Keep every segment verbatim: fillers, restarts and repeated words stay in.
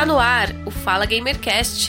Está no ar o Fala Gamercast.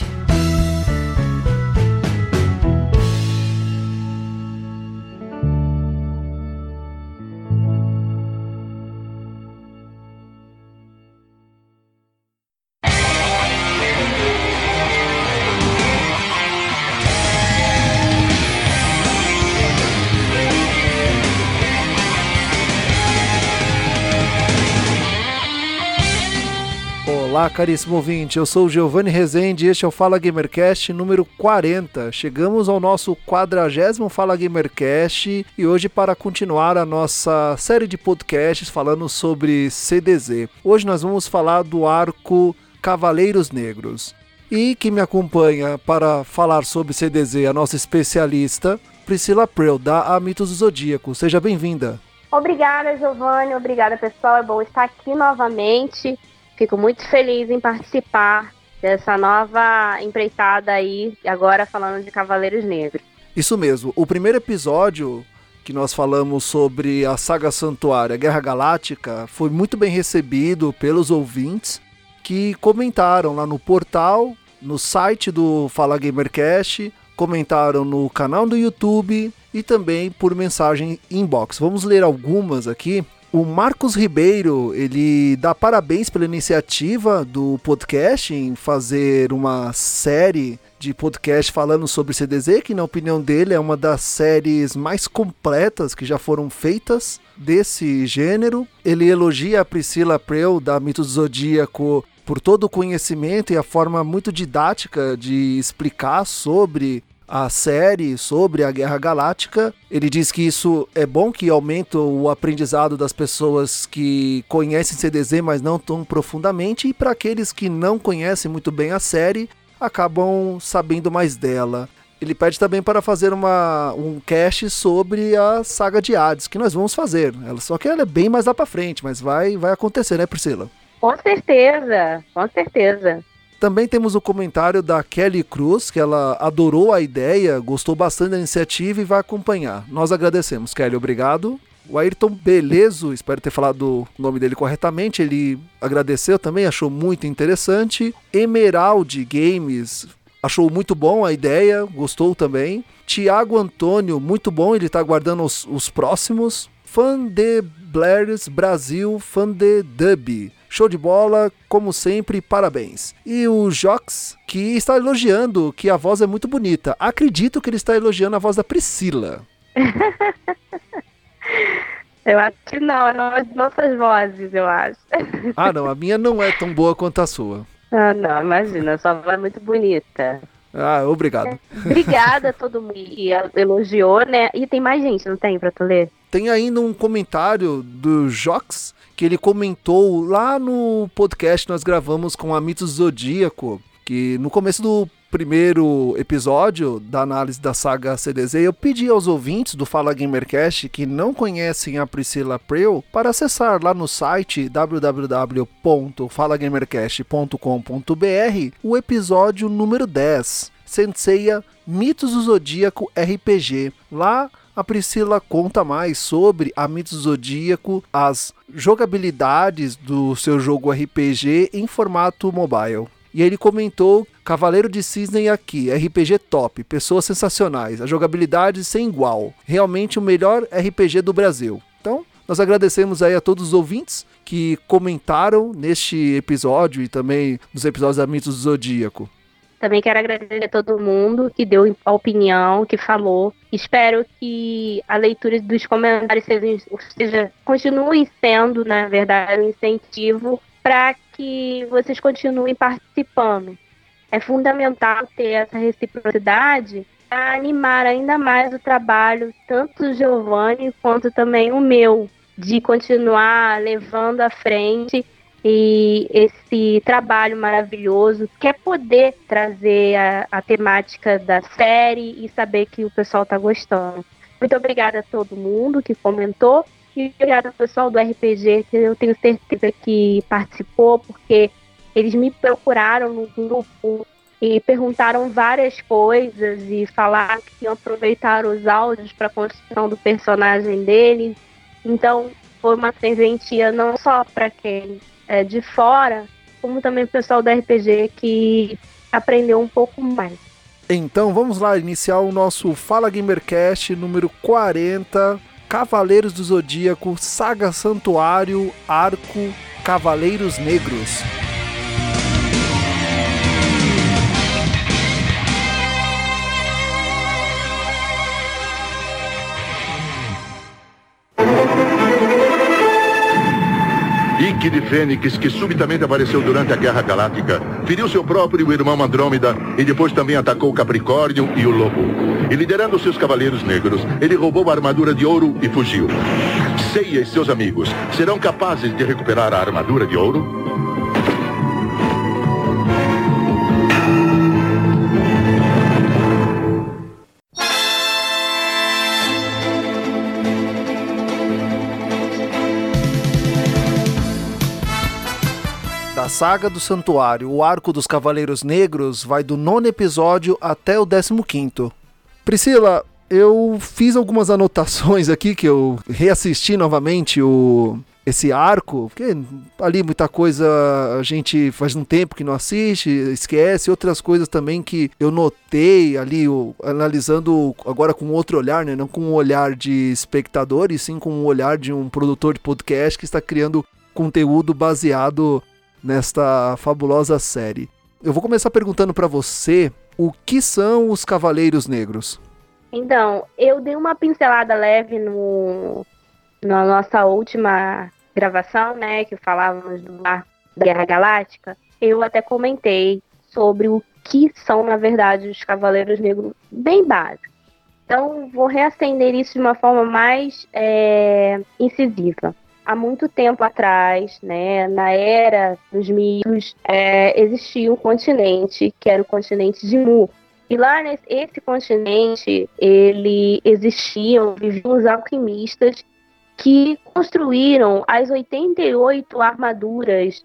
Olá, caríssimo ouvinte, eu sou o Giovanni Rezende e este é o Fala Gamercast número quarenta. Chegamos ao nosso quadragésimo Fala Gamercast e hoje para continuar a nossa série de podcasts falando sobre C D Z. Hoje nós vamos falar do arco Cavaleiros Negros. E quem me acompanha para falar sobre C D Z, a nossa especialista, Priscila Prel, da A Mitos do Zodíaco. Seja bem-vinda. Obrigada, Giovanni, obrigada, pessoal, é bom estar aqui novamente. Fico muito feliz em participar dessa nova empreitada aí, agora falando de Cavaleiros Negros. Isso mesmo. O primeiro episódio que nós falamos sobre a saga Santuário, a Guerra Galáctica, foi muito bem recebido pelos ouvintes que comentaram lá no portal, no site do Fala Gamercast, comentaram no canal do YouTube e também por mensagem inbox. Vamos ler algumas aqui. O Marcos Ribeiro, ele dá parabéns pela iniciativa do podcast em fazer uma série de podcast falando sobre C D Z, que na opinião dele é uma das séries mais completas que já foram feitas desse gênero. Ele elogia a Priscila Prel, da Mitos do Zodíaco, por todo o conhecimento e a forma muito didática de explicar sobre a série, sobre a Guerra Galáctica. Ele diz que isso é bom, que aumenta o aprendizado das pessoas que conhecem C D Z, mas não tão profundamente, e para aqueles que não conhecem muito bem a série, acabam sabendo mais dela. Ele pede também para fazer uma, um cast sobre a saga de Hades, que nós vamos fazer. Ela, só que ela é bem mais lá para frente, mas vai, vai acontecer, né, Priscila? Com certeza, com certeza. Também temos o comentário da Kelly Cruz, que ela adorou a ideia, gostou bastante da iniciativa e vai acompanhar. Nós agradecemos, Kelly, obrigado. O Ayrton Belezo, espero ter falado o nome dele corretamente, ele agradeceu também, achou muito interessante. Emerald Games achou muito bom a ideia, gostou também. Tiago Antônio, muito bom, ele está aguardando os, os próximos. Fã de Blairs Brasil, fã de Dub. Show de bola, como sempre, parabéns. E o Jox, que está elogiando que a voz é muito bonita. Acredito que ele está elogiando a voz da Priscila. Eu acho que não, não as nossas vozes, eu acho. Ah, não, a minha não é tão boa quanto a sua. Ah, não, imagina, a sua voz é muito bonita. Ah, obrigado. Obrigada a todo mundo que elogiou, né? E tem mais gente, não tem, pra tu ler? Tem ainda um comentário do Jox, que ele comentou lá no podcast que nós gravamos com a Mitos do Zodíaco, que no começo do primeiro episódio da análise da saga C D Z, eu pedi aos ouvintes do Fala Gamercast que não conhecem a Priscila Prel para acessar lá no site w w w ponto fala gamercast ponto com ponto b r o episódio número dez, Senseiya Mitos do Zodíaco R P G. Lá a Priscila conta mais sobre a Mitos do Zodíaco, as jogabilidades do seu jogo R P G em formato mobile. E ele comentou: Cavaleiro de Cisne aqui, R P G top, pessoas sensacionais, a jogabilidade sem igual, realmente o melhor R P G do Brasil. Então, nós agradecemos aí a todos os ouvintes que comentaram neste episódio e também nos episódios da Mitos do Zodíaco. Também quero agradecer a todo mundo que deu a opinião, que falou. Espero que a leitura dos comentários seja, seja continue sendo, na verdade, um incentivo para que vocês continuem participando. É fundamental ter essa reciprocidade para animar ainda mais o trabalho, tanto do Giovanni quanto também o meu, de continuar levando à frente e esse trabalho maravilhoso, que é poder trazer a, a temática da série e saber que o pessoal está gostando. Muito obrigada a todo mundo que comentou e obrigada ao pessoal do R P G, que eu tenho certeza que participou, porque eles me procuraram no grupo e perguntaram várias coisas e falaram que iam aproveitar os áudios para a construção do personagem deles. Então, foi uma serventia não só para quem é de fora, como também o pessoal da R P G que aprendeu um pouco mais. Então vamos lá iniciar o nosso Fala Gamercast número quarenta, Cavaleiros do Zodíaco, Saga Santuário, Arco, Cavaleiros Negros. Ike de Fênix, que subitamente apareceu durante a Guerra Galáctica, feriu seu próprio irmão Andrômeda e depois também atacou o Capricórnio e o Lobo. E liderando seus Cavaleiros Negros, ele roubou a armadura de ouro e fugiu. Seiya e seus amigos serão capazes de recuperar a armadura de ouro? A saga do Santuário, o Arco dos Cavaleiros Negros, vai do nono episódio até o décimo quinto. Priscila, eu fiz algumas anotações aqui que eu reassisti novamente o, esse arco, porque ali muita coisa a gente faz um tempo que não assiste, esquece, outras coisas também que eu notei ali, o, analisando agora com outro olhar, né? Não com um olhar de espectador, e sim com um olhar de um produtor de podcast que está criando conteúdo baseado nesta fabulosa série. Eu vou começar perguntando para você o que são os Cavaleiros Negros. Então, eu dei uma pincelada leve no, na nossa última gravação, né, que falávamos do Arco da Guerra Galáctica. Eu até comentei sobre o que são, na verdade, os Cavaleiros Negros, bem básicos. Então, vou reacender isso de uma forma mais é, incisiva. Há muito tempo atrás, né, na era dos mitos, é, existia um continente, que era o continente de Mu. E lá nesse esse continente, ele existiam, viviam os alquimistas que construíram as oitenta e oito armaduras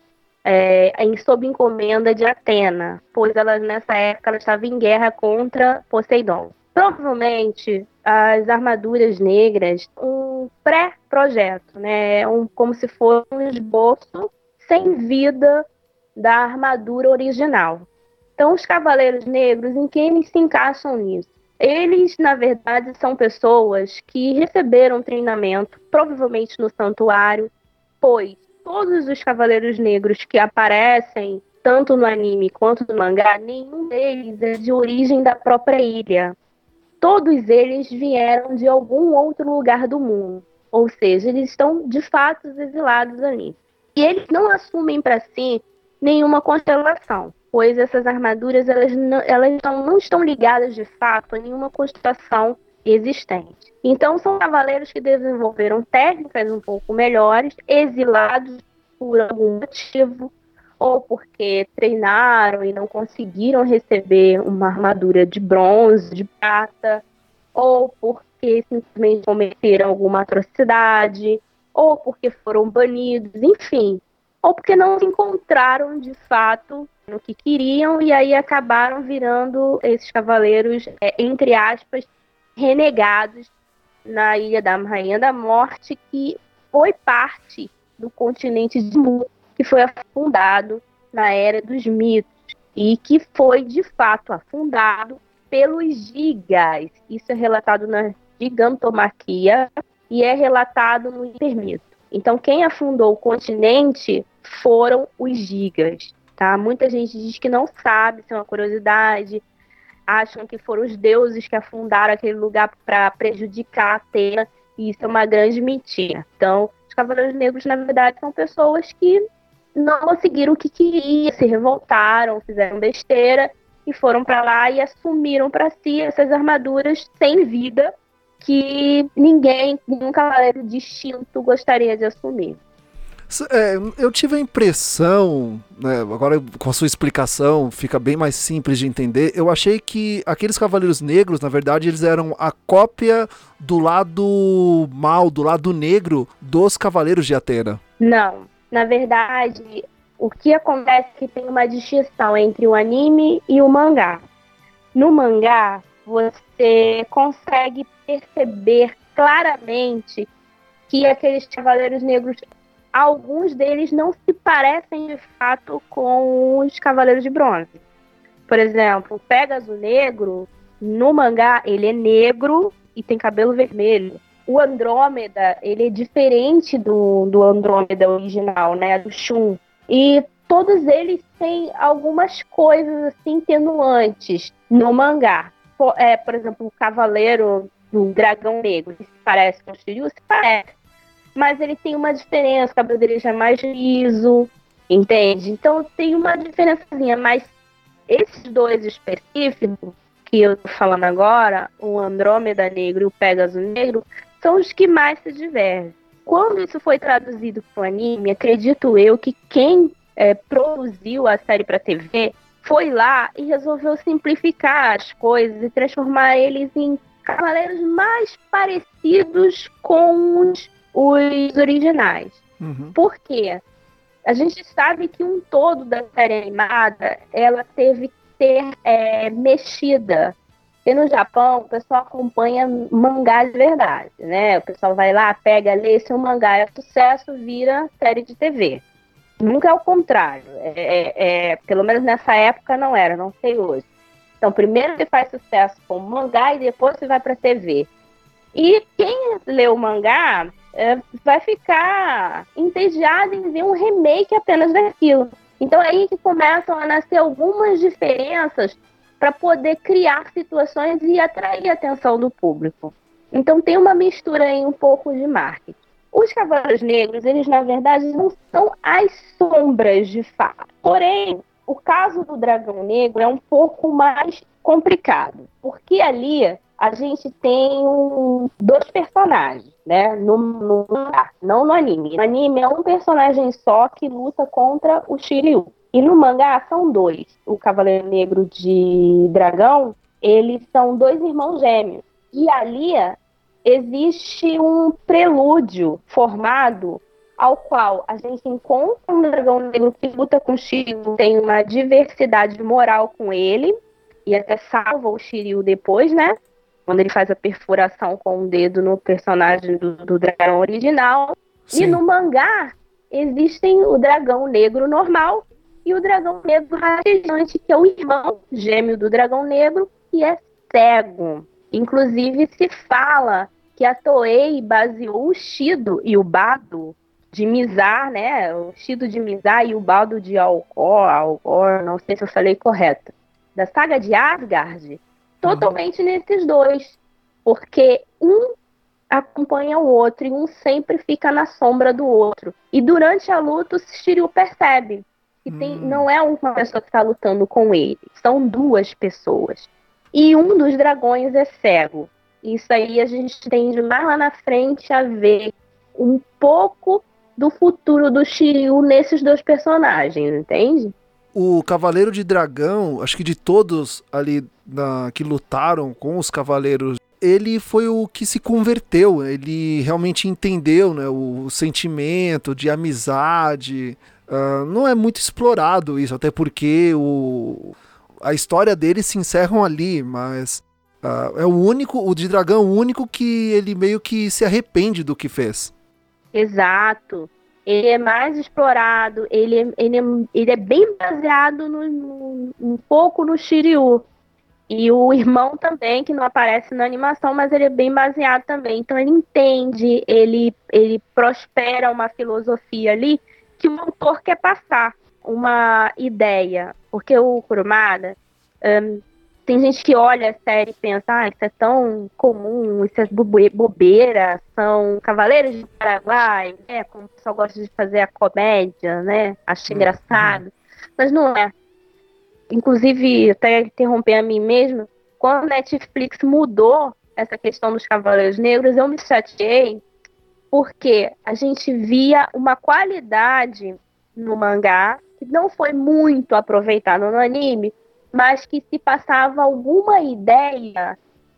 é, em, sob encomenda de Atena, pois elas, nessa época, ela estava em guerra contra Poseidon. Provavelmente, as armaduras negras, um pré-projeto, né? um, como se fosse um esboço sem vida da armadura original. Então, os Cavaleiros Negros, em que eles se encaixam nisso? Eles, na verdade, são pessoas que receberam treinamento, provavelmente no santuário, pois todos os Cavaleiros Negros que aparecem, tanto no anime quanto no mangá, nenhum deles é de origem da própria ilha. Todos eles vieram de algum outro lugar do mundo. Ou seja, eles estão, de fato, exilados ali. E eles não assumem para si nenhuma constelação, pois essas armaduras elas não, elas não, não estão ligadas, de fato, a nenhuma constelação existente. Então, são cavaleiros que desenvolveram técnicas um pouco melhores, exilados por algum motivo, ou porque treinaram e não conseguiram receber uma armadura de bronze, de prata, ou porque simplesmente cometeram alguma atrocidade, ou porque foram banidos, enfim, ou porque não se encontraram de fato no que queriam e aí acabaram virando esses cavaleiros, é, entre aspas, renegados na Ilha da Rainha da Morte, que foi parte do continente de Mu, que foi afundado na Era dos Mitos e que foi, de fato, afundado pelos gigas. Isso é relatado na Gigantomaquia e é relatado no Hipermito. Então, quem afundou o continente foram os gigas, tá? Muita gente diz que não sabe, isso é uma curiosidade, acham que foram os deuses que afundaram aquele lugar para prejudicar a Atena, e isso é uma grande mentira. Então, os Cavaleiros Negros, na verdade, são pessoas que não conseguiram o que queriam, se revoltaram, fizeram besteira e foram para lá e assumiram para si essas armaduras sem vida que ninguém, nenhum cavaleiro distinto gostaria de assumir. É, eu tive a impressão, né, agora com a sua explicação fica bem mais simples de entender, eu achei que aqueles Cavaleiros Negros, na verdade, eles eram a cópia do lado mal, do lado negro dos Cavaleiros de Atena. Não, na verdade, o que acontece é que tem uma distinção entre o anime e o mangá. No mangá, você consegue perceber claramente que aqueles Cavaleiros Negros alguns deles não se parecem de fato com os Cavaleiros de Bronze. Por exemplo, o Pégaso Negro, no mangá, ele é negro e tem cabelo vermelho. O Andrômeda, ele é diferente do, do Andrômeda original, né, do Shun. E todos eles têm algumas coisas assim atenuantes no mangá. Por, é, por exemplo, o Cavaleiro do Dragão Negro, que se parece com o Shiryu, se parece. Mas ele tem uma diferença, o cabelo dele já é mais liso, entende? Então tem uma diferençazinha, mas esses dois específicos que eu tô falando agora, o Andrômeda Negro e o Pégaso Negro, são os que mais se divergem. Quando isso foi traduzido para o anime, acredito eu que quem é, produziu a série para T V foi lá e resolveu simplificar as coisas e transformar eles em cavaleiros mais parecidos com os, os originais. Uhum. Por quê? A gente sabe que um todo da série animada, ela teve que ser é, mexida. E no Japão, o pessoal acompanha mangá de verdade, né? O pessoal vai lá, pega, lê, se o mangá é sucesso, vira série de T V. Nunca é o contrário. É, é, é, pelo menos nessa época não era, não sei hoje. Então, primeiro você faz sucesso com o mangá e depois você vai para a T V. E quem lê o mangá é, vai ficar entediado em ver um remake apenas daquilo. Então, é aí que começam a nascer algumas diferenças para poder criar situações e atrair a atenção do público. Então tem uma mistura aí um pouco de marketing. Os Cavaleiros Negros, eles na verdade não são as sombras de fato. Porém, o caso do Dragão Negro é um pouco mais complicado, porque ali a gente tem um, dois personagens, né? No, no, não no anime. No anime é um personagem só que luta contra o Shiryu. E no mangá são dois. O Cavaleiro Negro de Dragão, eles são dois irmãos gêmeos. E ali existe um prelúdio formado ao qual a gente encontra um dragão negro que luta com o Shiryu, tem uma diversidade moral com ele, e até salva o Shiryu depois, né? Quando ele faz a perfuração com o dedo no personagem do, do dragão original. Sim. E no mangá existem o dragão negro normal e o dragão negro rastejante, que é o irmão gêmeo do dragão negro, que é cego. Inclusive se fala que a Toei baseou o Shido e o Bado de Mizar, né? O Shido de Mizar e o Bado de Alcor, Alcor, não sei se eu falei correto, da saga de Asgard, totalmente uhum. nesses dois. Porque um acompanha o outro e um sempre fica na sombra do outro. E durante a luta o Shiryu percebe que tem, hum. não é uma pessoa que está lutando com ele, são duas pessoas. E um dos dragões é cego. Isso aí a gente tende mais lá na frente a ver um pouco do futuro do Shiryu nesses dois personagens, entende? O Cavaleiro de Dragão, acho que de todos ali na, que lutaram com os Cavaleiros, ele foi o que se converteu, ele realmente entendeu, né, o sentimento de amizade. Uh, não é muito explorado isso, até porque o, a história deles se encerram ali, mas uh, é o único, o de Dragão é o único que ele meio que se arrepende do que fez. Exato. Ele é mais explorado, ele é, ele é, ele é bem baseado no, no, um pouco no Shiryu. E o irmão também, que não aparece na animação, mas ele é bem baseado também. Então ele entende, ele, ele prospera uma filosofia ali que o autor quer passar, uma ideia. Porque o Kurumada, um, tem gente que olha a série e pensa, ah, isso é tão comum, isso é bobeira, são Cavaleiros de Paraguai, né? Como o pessoal gosta de fazer a comédia, né? Acho engraçado. Uhum. Mas não é. Inclusive, até interromper a mim mesmo, quando a Netflix mudou essa questão dos Cavaleiros Negros, eu me chateei, porque a gente via uma qualidade no mangá, que não foi muito aproveitada no anime, mas que se passava alguma ideia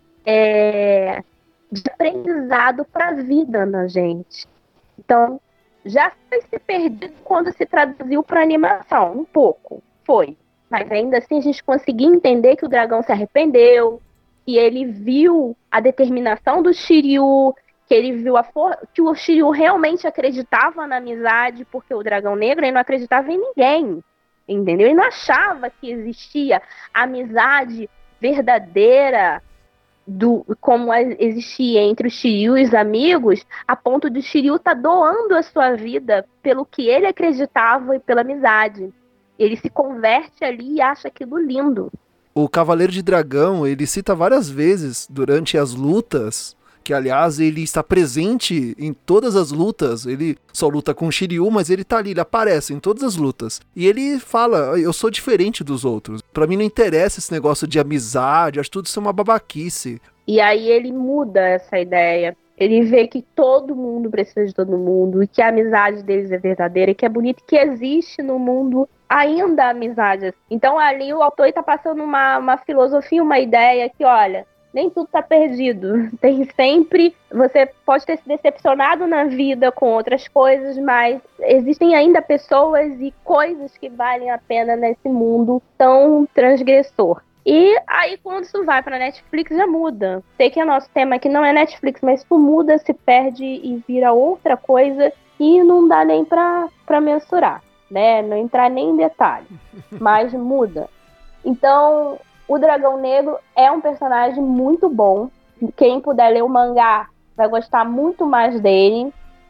é, de aprendizado para a vida na gente. Então, já foi se perdido quando se traduziu para animação, um pouco, foi. Mas ainda assim a gente conseguia entender que o dragão se arrependeu, que ele viu a determinação do Shiryu, que ele viu a for- que o Shiryu realmente acreditava na amizade, porque o Dragão Negro ele não acreditava em ninguém, entendeu? Ele não achava que existia amizade verdadeira do, como existia entre o Shiryu e os amigos, a ponto de o Shiryu estar tá doando a sua vida pelo que ele acreditava e pela amizade. Ele se converte ali e acha aquilo lindo. O Cavaleiro de Dragão, ele cita várias vezes durante as lutas, que aliás ele está presente em todas as lutas, ele só luta com o Shiryu, mas ele tá ali, ele aparece em todas as lutas. E ele fala, eu sou diferente dos outros, pra mim não interessa esse negócio de amizade, acho tudo isso uma babaquice. E aí ele muda essa ideia. Ele vê que todo mundo precisa de todo mundo, e que a amizade deles é verdadeira, e que é bonita, e que existe no mundo ainda a amizade. Então ali o autor está passando uma, uma filosofia, uma ideia que, olha, nem tudo está perdido. Tem sempre, você pode ter se decepcionado na vida com outras coisas, mas existem ainda pessoas e coisas que valem a pena nesse mundo tão transgressor. E aí, quando isso vai pra Netflix, já muda. Sei que o nosso tema aqui não é Netflix, mas isso muda, se perde e vira outra coisa e não dá nem pra, pra mensurar, né? Não entrar nem em detalhe, mas muda. Então, o Dragão Negro é um personagem muito bom. Quem puder ler o mangá vai gostar muito mais dele.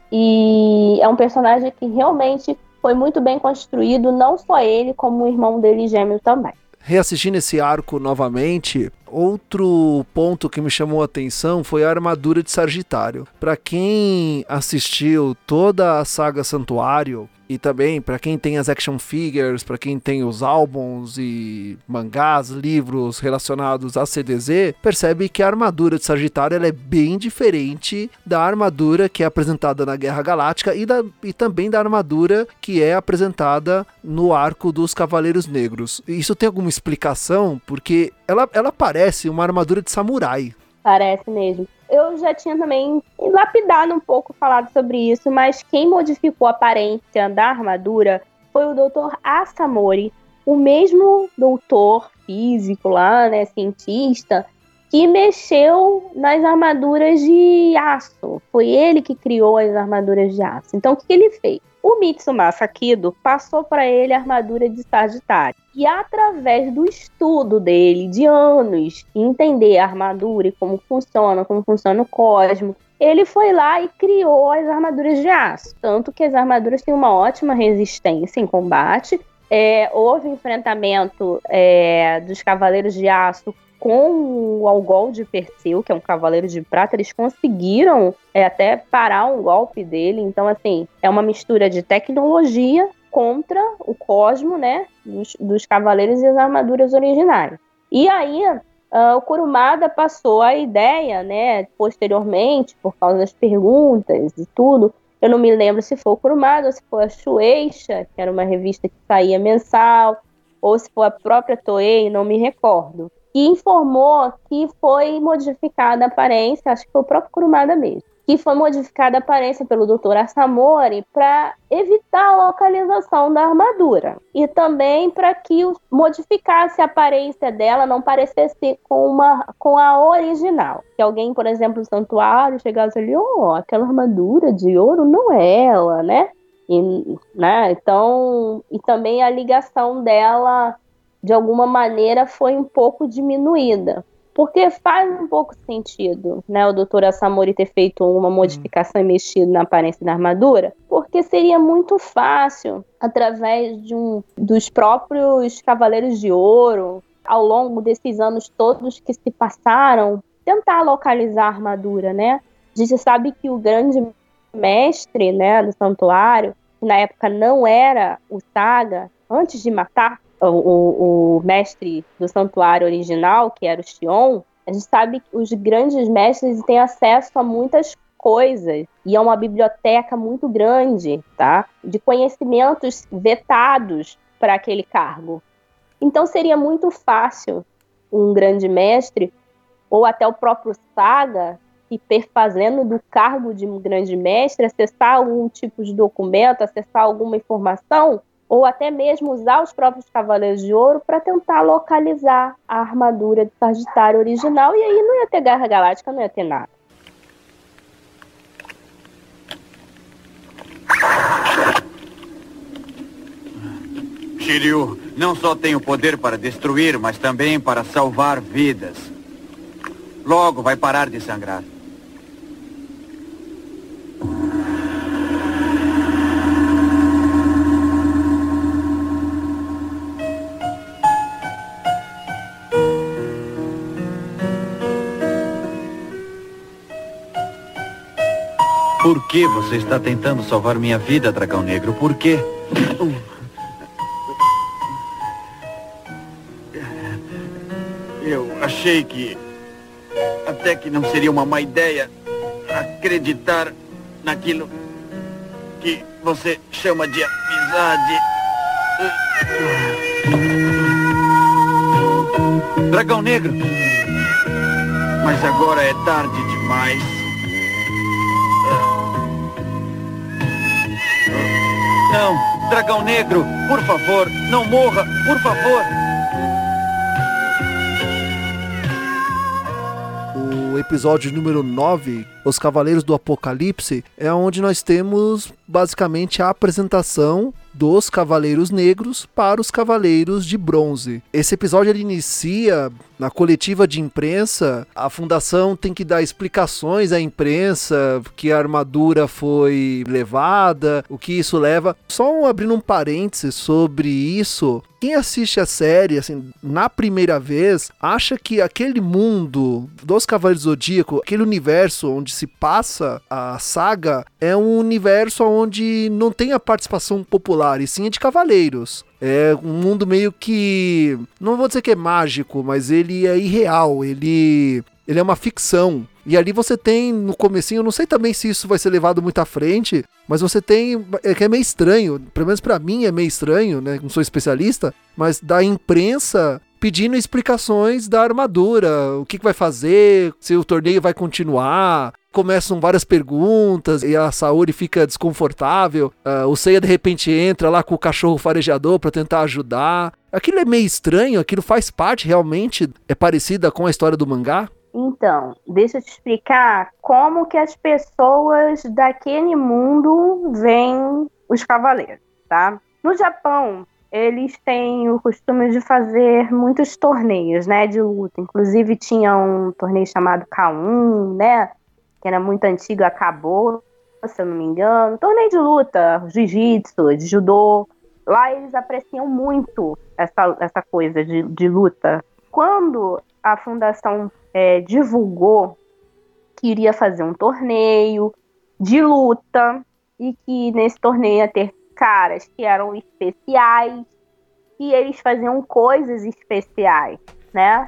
E é um personagem que realmente foi muito bem construído, não só ele, como o irmão dele gêmeo também. Reassistindo esse arco novamente, outro ponto que me chamou a atenção foi a armadura de Sagitário. Para quem assistiu toda a saga Santuário, e também para quem tem as action figures, para quem tem os álbuns e mangás, livros relacionados a C D Z, percebe que a armadura de Sagitário ela é bem diferente da armadura que é apresentada na Guerra Galáctica e, da, e também da armadura que é apresentada no arco dos Cavaleiros Negros. Isso tem alguma explicação? Porque ela, ela parece uma armadura de samurai. Parece mesmo. Eu já tinha também lapidado um pouco, falado sobre isso, mas quem modificou a aparência da armadura foi o doutor Asamori, o mesmo doutor físico lá, né, cientista, que mexeu nas armaduras de aço. Foi ele que criou as armaduras de aço. Então, o que ele fez? O Mitsumasa Kido passou para ele a armadura de Sagitário. E através do estudo dele, de anos, entender a armadura e como funciona, como funciona o cosmo, ele foi lá e criou as armaduras de aço. Tanto que as armaduras têm uma ótima resistência em combate. É, houve enfrentamento é, dos Cavaleiros de Aço com o Algol de Perseu, que é um cavaleiro de prata. Eles conseguiram é, até parar um golpe dele. Então, assim, é uma mistura de tecnologia contra o cosmo, né, dos, dos cavaleiros e as armaduras originais. E aí, uh, o Kurumada passou a ideia, né, posteriormente, por causa das perguntas e tudo. Eu não me lembro se foi o Kurumada ou se foi a Shueisha, que era uma revista que saía mensal, ou se foi a própria Toei, não me recordo. E informou que foi modificada a aparência, acho que foi o próprio Kurumada mesmo, que foi modificada a aparência pelo doutor Asamori para evitar a localização da armadura. E também para que modificasse a aparência dela, não parecesse com, uma, com a original. Que alguém, por exemplo, no santuário, chegasse ali, oh, aquela armadura de ouro não é ela, né? E, né? Então, e também a ligação dela, de alguma maneira, foi um pouco diminuída. Porque faz um pouco sentido, né, o doutor Asamori ter feito uma modificação hum. e mexido na aparência da armadura, porque seria muito fácil, através de um, dos próprios Cavaleiros de Ouro, ao longo desses anos todos que se passaram, tentar localizar a armadura, né? A gente sabe que o grande mestre, né, do santuário, que na época não era o Saga, antes de matar O, o, o mestre do santuário original, que era o Xion, a gente sabe que os grandes mestres têm acesso a muitas coisas, e é uma biblioteca muito grande, tá? De conhecimentos vetados para aquele cargo. Então seria muito fácil um grande mestre, ou até o próprio Saga, se perfazendo do cargo de um grande mestre, acessar algum tipo de documento, acessar alguma informação, ou até mesmo usar os próprios Cavaleiros de Ouro para tentar localizar a armadura de Sagitário original, e aí não ia ter Guerra Galáctica, não ia ter nada. Shiryu não só tem o poder para destruir, mas também para salvar vidas. Logo vai parar de sangrar. Por que você está tentando salvar minha vida, Dragão Negro? Por quê? Eu achei que... até que não seria uma má ideia acreditar naquilo que você chama de amizade. Dragão Negro! Mas agora é tarde demais. Não, Dragão Negro, por favor, não morra, por favor. O episódio número nove, Os Cavaleiros do Apocalipse, é onde nós temos basicamente a apresentação dos Cavaleiros Negros para os Cavaleiros de Bronze. Esse episódio ele inicia na coletiva de imprensa. A fundação tem que dar explicações à imprensa que a armadura foi levada, o que isso leva. Só um, abrindo um parênteses sobre isso, quem assiste a série assim, na primeira vez, acha que aquele mundo dos Cavaleiros do Zodíaco, aquele universo onde se passa a saga, é um universo onde não tem a participação popular, e sim é de cavaleiros. É um mundo meio que... não vou dizer que é mágico, mas ele é irreal, ele, ele é uma ficção. E ali você tem, no comecinho, eu não sei também se isso vai ser levado muito à frente, mas você tem, é que é meio estranho, pelo menos pra mim é meio estranho, né, não sou especialista, mas da imprensa pedindo explicações da armadura, o que, que vai fazer, se o torneio vai continuar. Começam várias perguntas e a Saori fica desconfortável. Uh, o Seiya de repente entra lá com o cachorro farejador pra tentar ajudar. Aquilo é meio estranho, aquilo faz parte realmente, é parecida com a história do mangá? Então, deixa eu te explicar como que as pessoas daquele mundo veem os cavaleiros, tá? No Japão, eles têm o costume de fazer muitos torneios, né, de luta. Inclusive tinha um torneio chamado K um, né, que era muito antigo, acabou, se eu não me engano. Torneio de luta, jiu-jitsu, de judô. Lá eles apreciam muito essa, essa coisa de, de luta. Quando a fundação é, divulgou que iria fazer um torneio de luta e que nesse torneio ia ter caras que eram especiais e eles faziam coisas especiais, né?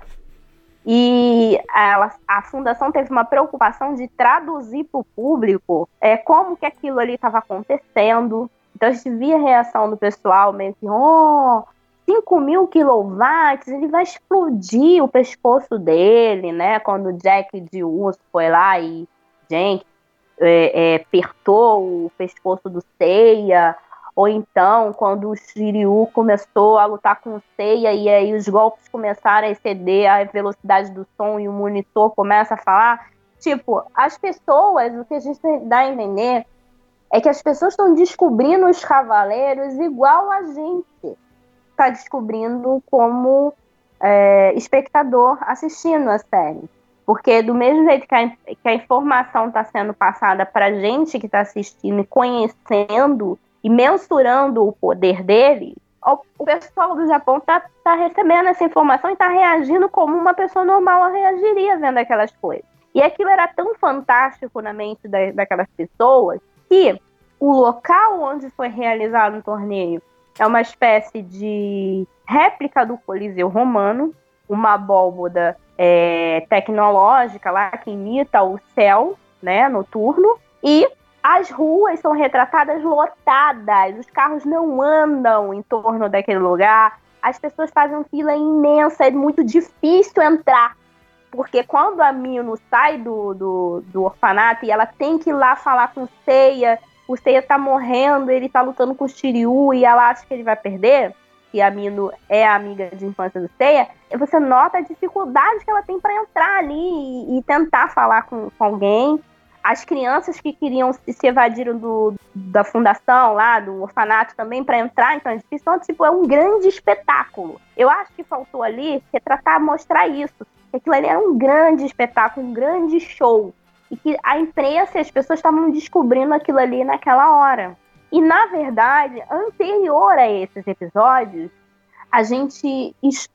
E ela, a fundação teve uma preocupação de traduzir para o público é, como que aquilo ali estava acontecendo. Então a gente via a reação do pessoal meio que, oh, cinco mil quilowatts, ele vai explodir o pescoço dele, né? Quando o Jack de Urso foi lá e gente, é, é, apertou o pescoço do Seiya. Ou então, quando o Shiryu começou a lutar com o Seiya e aí os golpes começaram a exceder a velocidade do som e o monitor começa a falar. Tipo, as pessoas, o que a gente dá a entender é que as pessoas estão descobrindo os cavaleiros igual a gente está descobrindo como é, espectador assistindo a série. Porque do mesmo jeito que a, que a informação está sendo passada para a gente que está assistindo e conhecendo e mensurando o poder dele, o pessoal do Japão está tá recebendo essa informação e está reagindo como uma pessoa normal reagiria vendo aquelas coisas. E aquilo era tão fantástico na mente da, daquelas pessoas que o local onde foi realizado o torneio é uma espécie de réplica do Coliseu Romano, uma abóboda é, tecnológica lá que imita o céu, né, noturno, e as ruas são retratadas lotadas, os carros não andam em torno daquele lugar, as pessoas fazem fila imensa, é muito difícil entrar, porque quando a Mino sai do, do, do orfanato e ela tem que ir lá falar com o Seiya, o Seiya tá morrendo, ele tá lutando com o Shiryu e ela acha que ele vai perder, que a Mino é a amiga de infância do Seiya, você nota a dificuldade que ela tem para entrar ali e, e tentar falar com, com alguém. as crianças que queriam se, se evadiram do, da fundação lá, do orfanato também, para entrar em edifício. Então, tipo, é um grande espetáculo. Eu acho que faltou ali retratar, mostrar isso. Que aquilo ali era um grande espetáculo, um grande show. E que a imprensa e as pessoas estavam descobrindo aquilo ali naquela hora. E, na verdade, anterior a esses episódios, a gente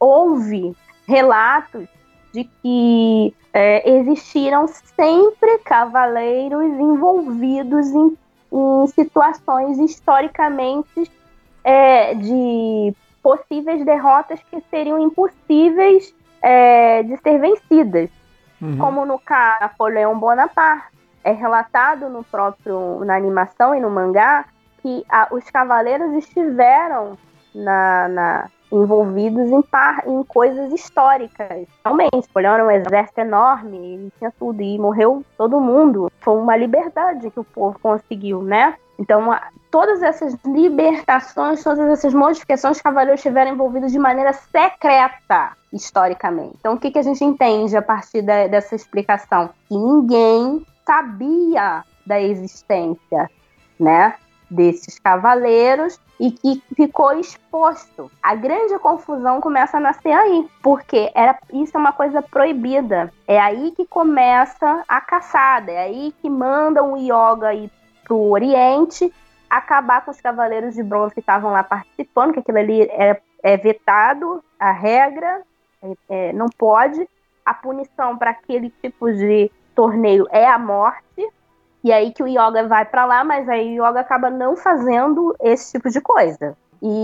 ouve relatos de que é, existiram sempre cavaleiros envolvidos em, em situações historicamente é, de possíveis derrotas que seriam impossíveis é, de ser vencidas. Uhum. Como no caso Napoleão Bonaparte. É relatado no próprio, na animação e no mangá que a, os cavaleiros estiveram na... na envolvidos em, par, em coisas históricas. Realmente, Napoleão era um exército enorme, ele tinha tudo, e morreu todo mundo. Foi uma liberdade que o povo conseguiu, né? Então, a, todas essas libertações, todas essas modificações, os cavaleiros estiveram envolvidos de maneira secreta, historicamente. Então, o que, que a gente entende a partir da, dessa explicação? Que ninguém sabia da existência, né, desses cavaleiros, e que ficou exposto. A grande confusão começa a nascer aí, porque era, isso é uma coisa proibida. É aí que começa a caçada, é aí que mandam o Yoga ir pro Oriente, acabar com os cavaleiros de bronze que estavam lá participando, que aquilo ali é, é vetado, a regra, é, é, não pode. A punição para aquele tipo de torneio é a morte. E aí que o Yoga vai para lá, mas aí o Yoga acaba não fazendo esse tipo de coisa.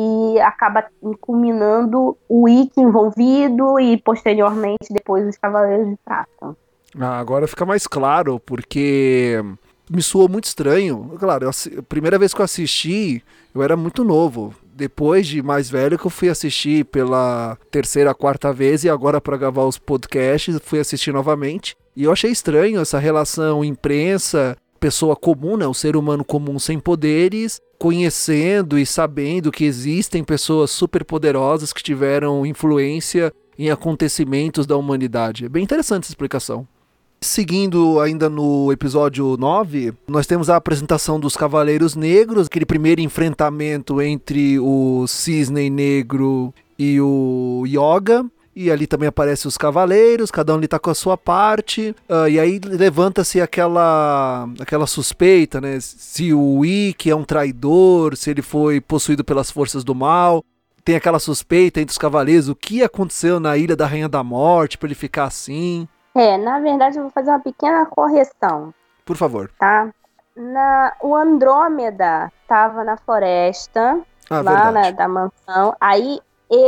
E acaba culminando o Ikki envolvido e, posteriormente, depois os Cavaleiros de Prata. Ah, agora fica mais claro, porque me soou muito estranho. Claro, eu, a primeira vez que eu assisti, eu era muito novo. Depois de mais velho que eu fui assistir pela terceira, quarta vez, e agora para gravar os podcasts, fui assistir novamente. E eu achei estranho essa relação imprensa, pessoa comum, né, o ser humano comum sem poderes, conhecendo e sabendo que existem pessoas superpoderosas que tiveram influência em acontecimentos da humanidade. É bem interessante essa explicação. Seguindo ainda no episódio nove, nós temos a apresentação dos Cavaleiros Negros, aquele primeiro enfrentamento entre o Cisne Negro e o Yoga. E ali também aparecem os cavaleiros, cada um ali tá com a sua parte, uh, e aí levanta-se aquela, aquela suspeita, né? Se o Ikki é um traidor, se ele foi possuído pelas forças do mal. Tem aquela suspeita entre os cavaleiros, o que aconteceu na Ilha da Rainha da Morte para ele ficar assim. É, na verdade eu vou fazer uma pequena correção. Por favor. Tá? Na, o Andrômeda estava na floresta, ah, lá na, da mansão, aí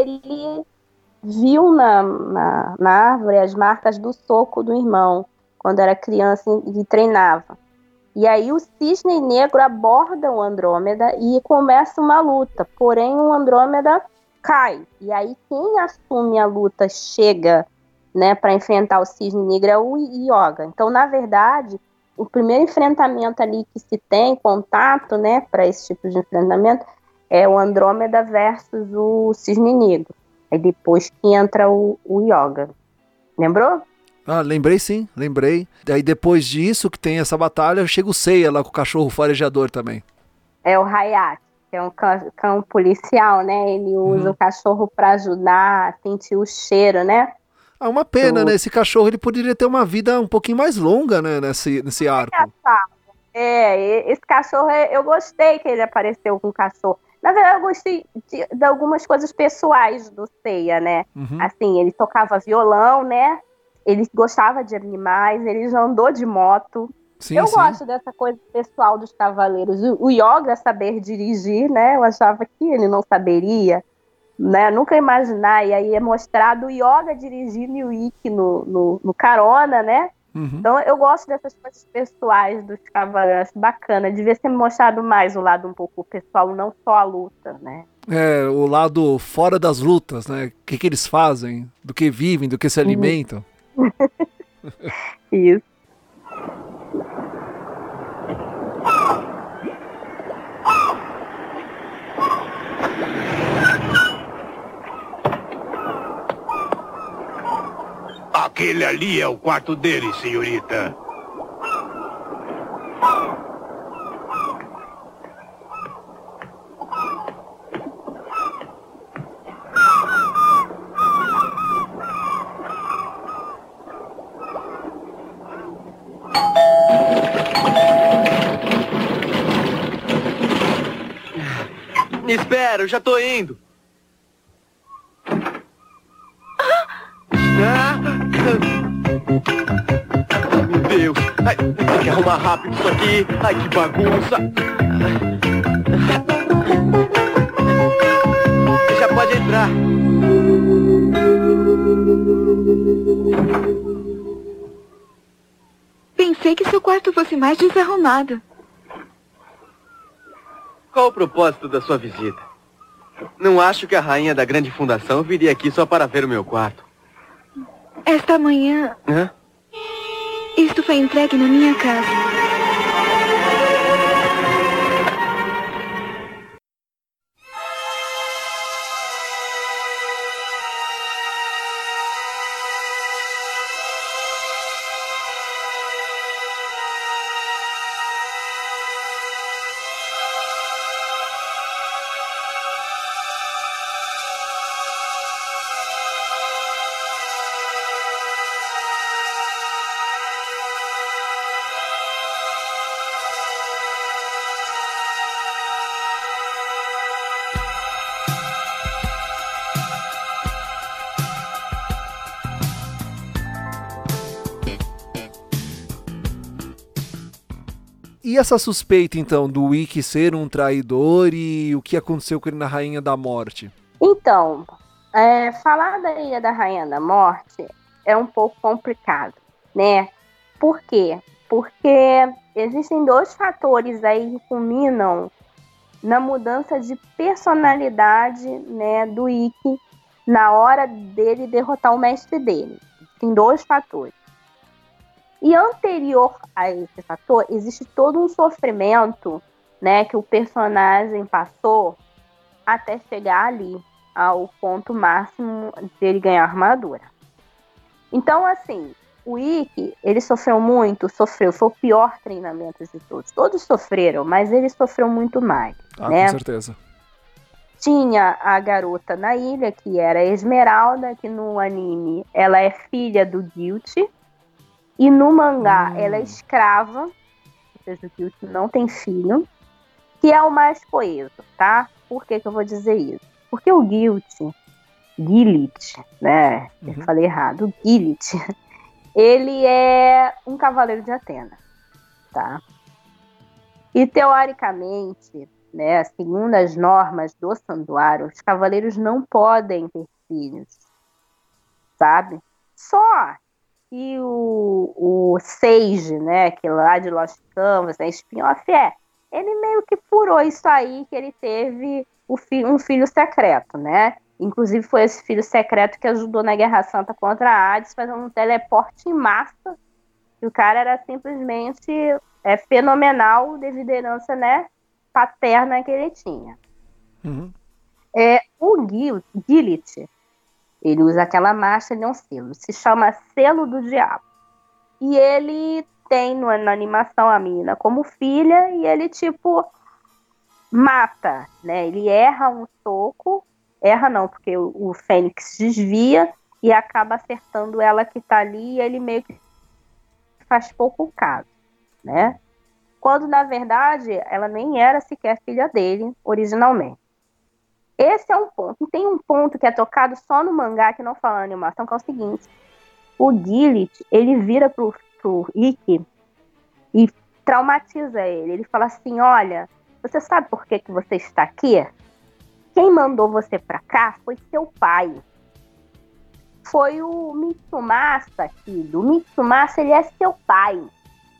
ele viu na, na, na árvore as marcas do soco do irmão, quando era criança e treinava. E aí o Cisne Negro aborda o Andrômeda e começa uma luta, porém o Andrômeda cai. E aí quem assume a luta chega, né, para enfrentar o Cisne Negro é o Yoga. Então, na verdade, o primeiro enfrentamento ali que se tem, contato, né, para esse tipo de enfrentamento, é o Andrômeda versus o Cisne Negro. Aí depois que entra o, o Yoga. Lembrou? Ah, lembrei sim, lembrei. Aí depois disso, que tem essa batalha, chega o Seiya lá com o cachorro farejador também. É o Hayate, que é um cão, cão policial, né? Ele usa uhum. o cachorro para ajudar a sentir o cheiro, né? Ah, uma pena, do... né? Esse cachorro ele poderia ter uma vida um pouquinho mais longa, né? Nesse, nesse arco. É, esse cachorro, eu gostei que ele apareceu com o cachorro. Na verdade, eu gostei de, de algumas coisas pessoais do Seiya, né? Uhum. Assim, ele tocava violão, né? Ele gostava de animais, ele já andou de moto. Sim, eu sim. gosto dessa coisa pessoal dos cavaleiros. O, o Yoga saber dirigir, né? Eu achava que ele não saberia, né? Nunca imaginar. E aí é mostrado o Yoga dirigindo e o Ikki no, no, no carona, né? Uhum. Então eu gosto dessas coisas pessoais dos cavaleiros, bacana, devia ser mostrado mais o lado um pouco pessoal, não só a luta, né? É, o lado fora das lutas, né? O que, que eles fazem, do que vivem, do que se alimentam. Isso. Aquele ali é o quarto dele, senhorita. Espera, eu já tô indo. Ah! Meu Deus. Ai, tem que arrumar rápido isso aqui. Ai, que bagunça. Já pode entrar. Pensei que seu quarto fosse mais desarrumado. Qual o propósito da sua visita? Não acho que a rainha da grande fundação viria aqui só para ver o meu quarto. Esta manhã, Hã? isto foi entregue na minha casa. E essa suspeita, então, do Ikki ser um traidor e o que aconteceu com ele na Rainha da Morte? Então, é, falar da Ilha da Rainha da Morte é um pouco complicado, né? Por quê? Porque existem dois fatores aí que culminam na mudança de personalidade, né, do Ikki na hora dele derrotar o mestre dele. Tem dois fatores. E anterior a esse fator, existe todo um sofrimento, né, que o personagem passou até chegar ali, ao ponto máximo dele ganhar armadura. Então, assim, o Ikki, ele sofreu muito, sofreu, foi o pior treinamento de todos. Todos sofreram, mas ele sofreu muito mais, Ah, né? com certeza. Tinha a garota na ilha, que era a Esmeralda, que no anime ela é filha do Guilty. E no mangá, hum. ela é escrava, ou seja, o Guilty não tem filho, que é o mais coeso, tá? Por que que eu vou dizer isso? Porque o Guilty, Gillit, né? Uhum. Eu falei errado, o Gillit, ele é um cavaleiro de Atena, tá? E teoricamente, né, segundo as normas do santuário, os cavaleiros não podem ter filhos, sabe? Só que o, o Sage, né, que lá de Lost Canvas, né, spin-off, é, ele meio que furou isso aí, que ele teve o fi- um filho secreto, né? Inclusive foi esse filho secreto que ajudou na Guerra Santa contra a Hades, fazendo um teleporte em massa, e o cara era simplesmente é, fenomenal devido à herança, né, paterna que ele tinha. Uhum. É, o Gil- Gillit, ele usa aquela marcha, ele é um selo. Se chama Selo do Diabo. E ele tem no, na animação a menina como filha e ele, tipo, mata, né? Ele erra um soco. Erra não, porque o, o Fênix desvia e acaba acertando ela que tá ali e ele meio que faz pouco caso, né? Quando, na verdade, ela nem era sequer filha dele originalmente. Esse é um ponto. E tem um ponto que é tocado só no mangá, que não fala na animação, que é o seguinte. O Gillit, ele vira pro, pro Ikki e traumatiza ele. Ele fala assim, olha, você sabe por que, que você está aqui? Quem mandou você pra cá foi seu pai. Foi o Mitsumasa, filho. O Mitsumasa, ele é seu pai. Hum.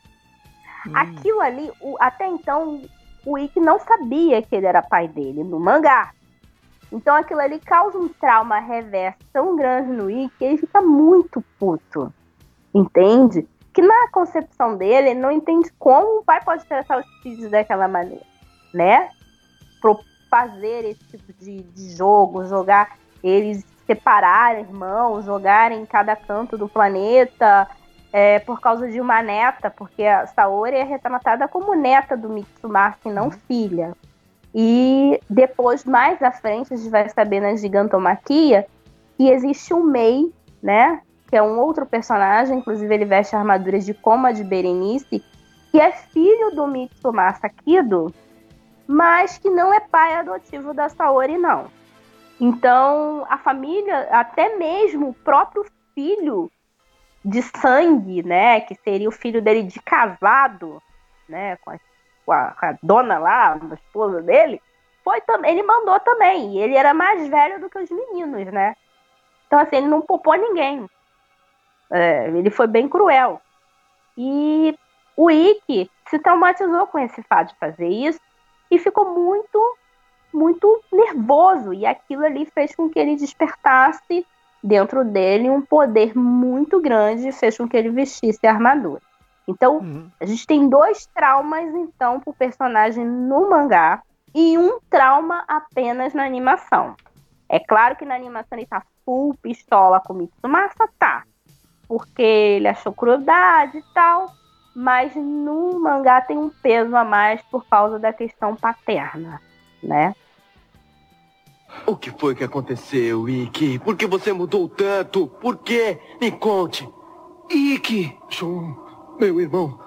Aquilo ali, o, até então, o Ikki não sabia que ele era pai dele, no mangá. Então aquilo ali causa um trauma reverso tão grande no Ikki que ele fica muito puto, entende? Que na concepção dele, ele não entende como um pai pode tratar os filhos daquela maneira, né? Pro fazer esse tipo de, de jogo, jogar eles separarem irmãos, jogarem em cada canto do planeta, é, por causa de uma neta, porque a Saori é retratada como neta do Mitsumasa e não filha. E depois, mais à frente, a gente vai saber na Gigantomaquia que existe um Mei, né? Que é um outro personagem, inclusive ele veste a armadura de Coma de Berenice, que é filho do Mitsumasa Kido mas que não é pai adotivo da Saori, não. Então, a família, até mesmo o próprio filho de sangue, né, que seria o filho dele de casado, né, com a, com a, com a dona lá, a esposa dele, foi também, ele mandou também, e ele era mais velho do que os meninos, né. Então, assim, ele não poupou ninguém. É, ele foi bem cruel. E o Ikki se traumatizou com esse fato de fazer isso e ficou muito, muito nervoso. E aquilo ali fez com que ele despertasse dentro dele um poder muito grande e fez com que ele vestisse a armadura. Então, uhum. a gente tem dois traumas, então, pro personagem no mangá e um trauma apenas na animação. É claro que na animação ele tá full pistola com o Mitsumasa, tá. Porque ele achou crueldade e tal, mas no mangá tem um peso a mais por causa da questão paterna, né? O que foi que aconteceu, Ikki? Por que você mudou tanto? Por quê? Me conte. Ikki! Shun, meu irmão.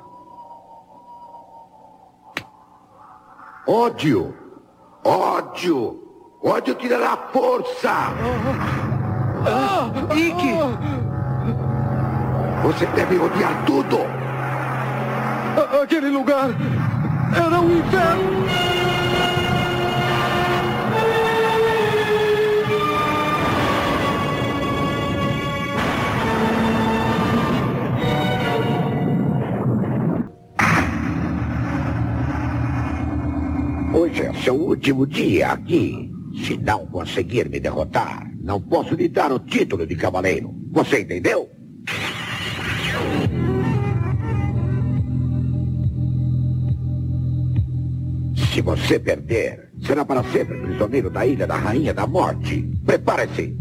Ódio! Ódio! Ódio te dará força! Ah, ah, Ikki! Você deve odiar tudo! A- aquele lugar era um inferno! Hoje é seu último dia aqui. Se não conseguir me derrotar, não posso lhe dar o título de cavaleiro. Você entendeu? Se você perder, será para sempre prisioneiro da Ilha da Rainha da Morte. Prepare-se!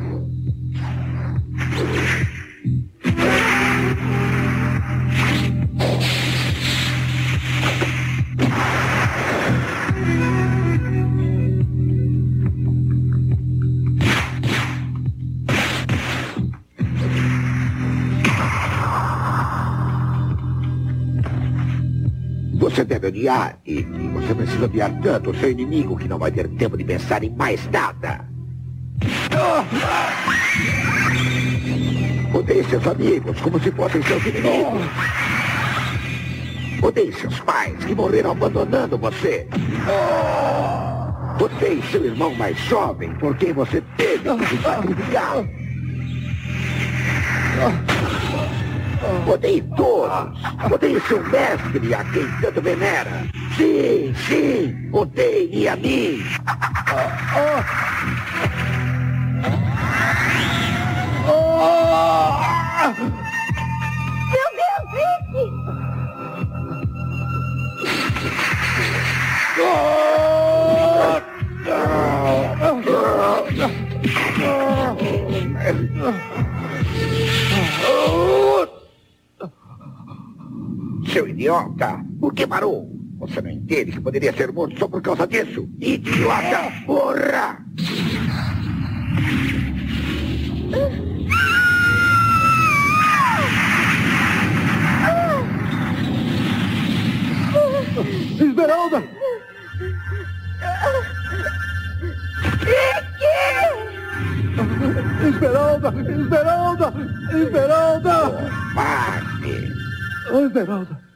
Você deve odiar, e você precisa odiar tanto o seu inimigo que não vai ter tempo de pensar em mais nada. Odeie seus amigos como se fossem seus inimigos. Odeie seus pais que morreram abandonando você. Odeie seu irmão mais jovem por quem você teve que se sacrificar. Odeie todos. Odeie seu mestre a quem tanto venera. Sim, sim, odeie a mim. Meu Deus, Ikki! Seu idiota, por que parou? Você não entende que poderia ser morto só por causa disso? Idiota, porra! Esmeralda! Esmeralda! Esmeralda! Esmeralda! Pare! Oh, Esmeralda!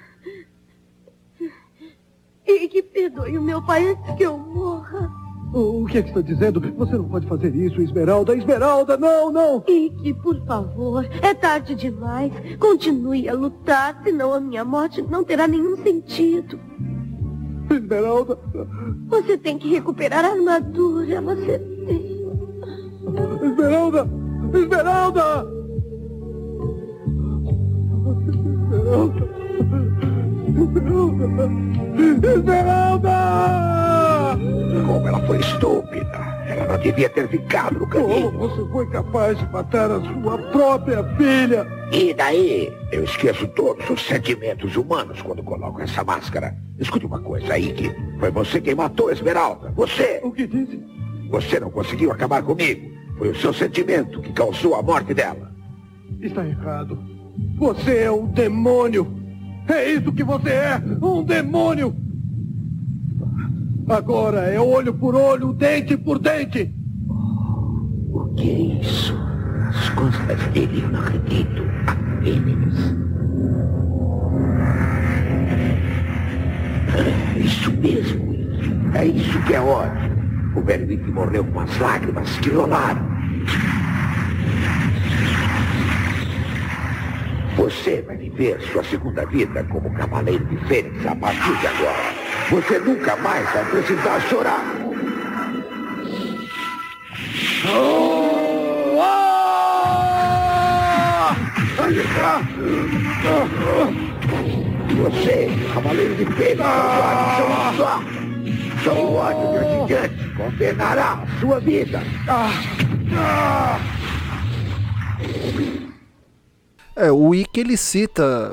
Ikki, perdoe o meu pai antes que eu morra. O que é que está dizendo? Você não pode fazer isso, Esmeralda! Esmeralda, não, não! Ikki, por favor, é tarde demais. Continue a lutar, senão a minha morte não terá nenhum sentido. Esmeralda! Você tem que recuperar a armadura, você tem. Esmeralda! Esmeralda! Esmeralda! Esmeralda! Esmeralda! Como ela foi estúpida. Ela não devia ter ficado no caminho. Como você foi capaz de matar a sua própria filha? E daí? Eu esqueço todos os sentimentos humanos quando coloco essa máscara. Escute uma coisa, Ikki. Foi você quem matou a Esmeralda. Você! O que disse? Você não conseguiu acabar comigo. Foi o seu sentimento que causou a morte dela. Está errado. Você é um demônio. É isso que você é, um demônio. Agora é olho por olho, dente por dente. O que é isso? As costas dele, eu não acredito. Eles. É isso mesmo. É isso que é ódio. O velho Ikki morreu com as lágrimas que rolaram. Você vai viver sua segunda vida como Cavaleiro de Fênix a partir de agora. Você nunca mais vai precisar chorar. Oh! Ah! Você, Cavaleiro de Fênix, agora são um só. Só o ódio do gigante condenará a sua vida. Ah! Ah! É, o Ikki, ele cita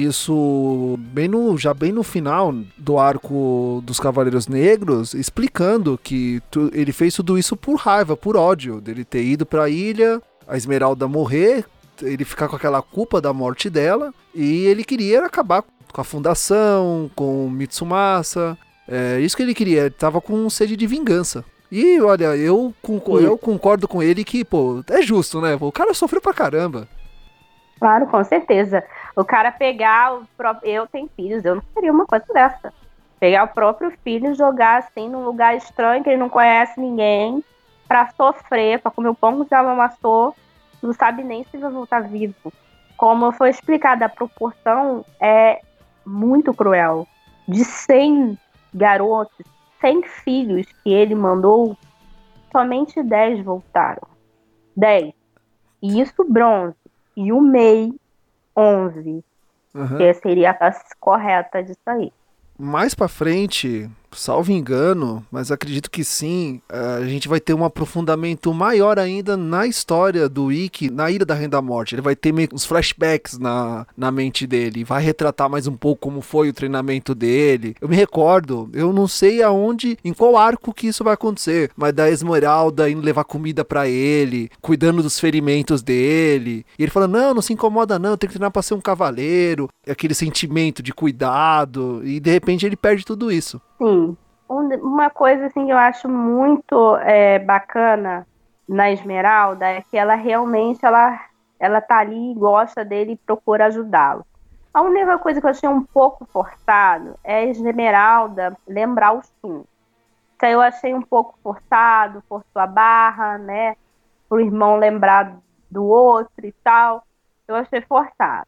isso bem no, já bem no final do arco dos Cavaleiros Negros, explicando que tu, ele fez tudo isso por raiva, por ódio, dele ter ido pra ilha, a Esmeralda morrer, ele ficar com aquela culpa da morte dela, e ele queria acabar com a Fundação, com o Mitsumasa, é isso que ele queria, ele tava com sede de vingança. E olha, eu, eu concordo com ele que, pô, é justo, né? O cara sofreu pra caramba. Claro, com certeza. O cara pegar o próprio... Eu tenho filhos, eu não faria uma coisa dessa. Pegar o próprio filho e jogar assim num lugar estranho que ele não conhece ninguém pra sofrer, pra comer o pão que já amassou, não sabe nem se vai voltar vivo. Como foi explicado, a proporção é muito cruel. De cem garotos, cem filhos que ele mandou, somente dez voltaram. dez. E isso bronze. E o Mei, onze. Uhum. Que seria a classe correta disso aí. Mais pra frente, salvo engano, mas acredito que sim, a gente vai ter um aprofundamento maior ainda na história do Ikki na Ilha da Reina da Morte. Ele vai ter meio uns flashbacks na, na mente dele, vai retratar mais um pouco como foi o treinamento dele. Eu me recordo, eu não sei aonde, em qual arco que isso vai acontecer, mas da Esmeralda indo levar comida pra ele, cuidando dos ferimentos dele, e ele falando, não, não se incomoda não, tem que treinar pra ser um cavaleiro, aquele sentimento de cuidado, e de repente ele perde tudo isso. Sim, uma coisa assim que eu acho muito é, bacana na Esmeralda é que ela realmente ela, ela tá ali, gosta dele e procura ajudá-lo. A única coisa que eu achei um pouco forçado é a Esmeralda lembrar o Shun. Isso aí eu achei um pouco forçado, forçou a barra, né? Pro irmão lembrar do outro e tal. Eu achei forçado.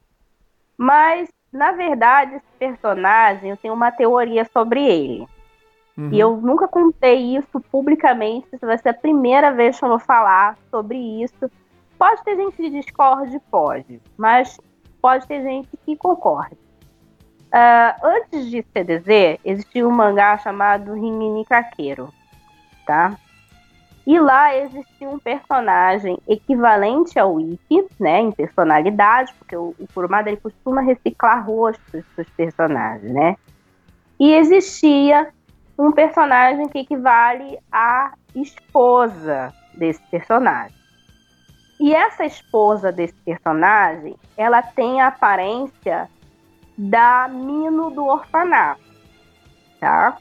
Mas na verdade, esse personagem, eu tenho uma teoria sobre ele. Uhum. E eu nunca contei isso publicamente, isso vai ser a primeira vez que eu vou falar sobre isso. Pode ter gente que discorde, pode, mas pode ter gente que concorde. Uh, antes de C D Z, existia um mangá chamado Rimini Kakeru, tá? E lá existia um personagem equivalente ao Ikki, né, em personalidade, porque o, o Kurumada ele costuma reciclar rostos dos personagens, né? E existia um personagem que equivale à esposa desse personagem. E essa esposa desse personagem, ela tem a aparência da Mino do orfanato, tá?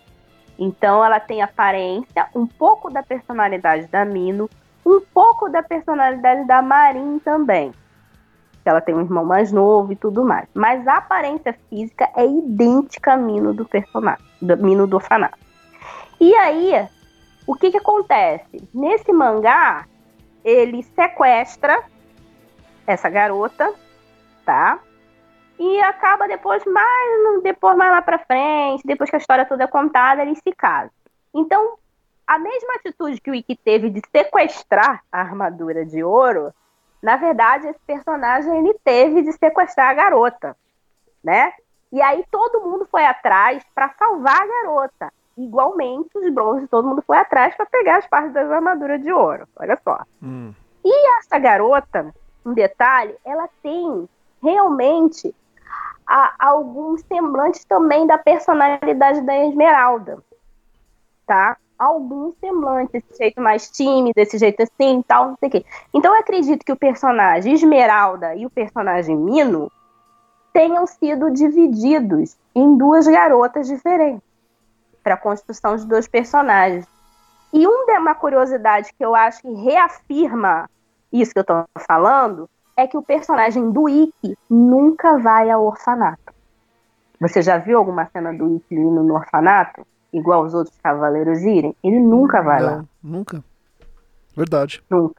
Então ela tem aparência, um pouco da personalidade da Mino, um pouco da personalidade da Marin também. Ela tem um irmão mais novo e tudo mais. Mas a aparência física é idêntica à Mino do personagem, da Mino do orfanato. E aí, o que que acontece? Nesse mangá, ele sequestra essa garota, tá? E acaba depois mais, depois mais lá pra frente, depois que a história toda é contada, eles se casam. Então, a mesma atitude que o Ikki teve de sequestrar a armadura de ouro, na verdade, esse personagem ele teve de sequestrar a garota, né? E aí todo mundo foi atrás para salvar a garota. Igualmente, os bronzes, todo mundo foi atrás para pegar as partes das armaduras de ouro. Olha só. Hum. E essa garota, um detalhe, ela tem realmente a, alguns semblantes também da personalidade da Esmeralda, tá? Alguns semblantes, esse jeito mais tímido, esse jeito assim, tal, não sei o quê. Então eu acredito que o personagem Esmeralda e o personagem Mino tenham sido divididos em duas garotas diferentes. para a construção de dois personagens. E uma curiosidade que eu acho que reafirma isso que eu estou falando é que o personagem do Ikki nunca vai ao orfanato. Você já viu alguma cena do Ikki indo no orfanato? Igual os outros cavaleiros irem? Ele nunca vai Não, lá. Nunca. Verdade. Nunca.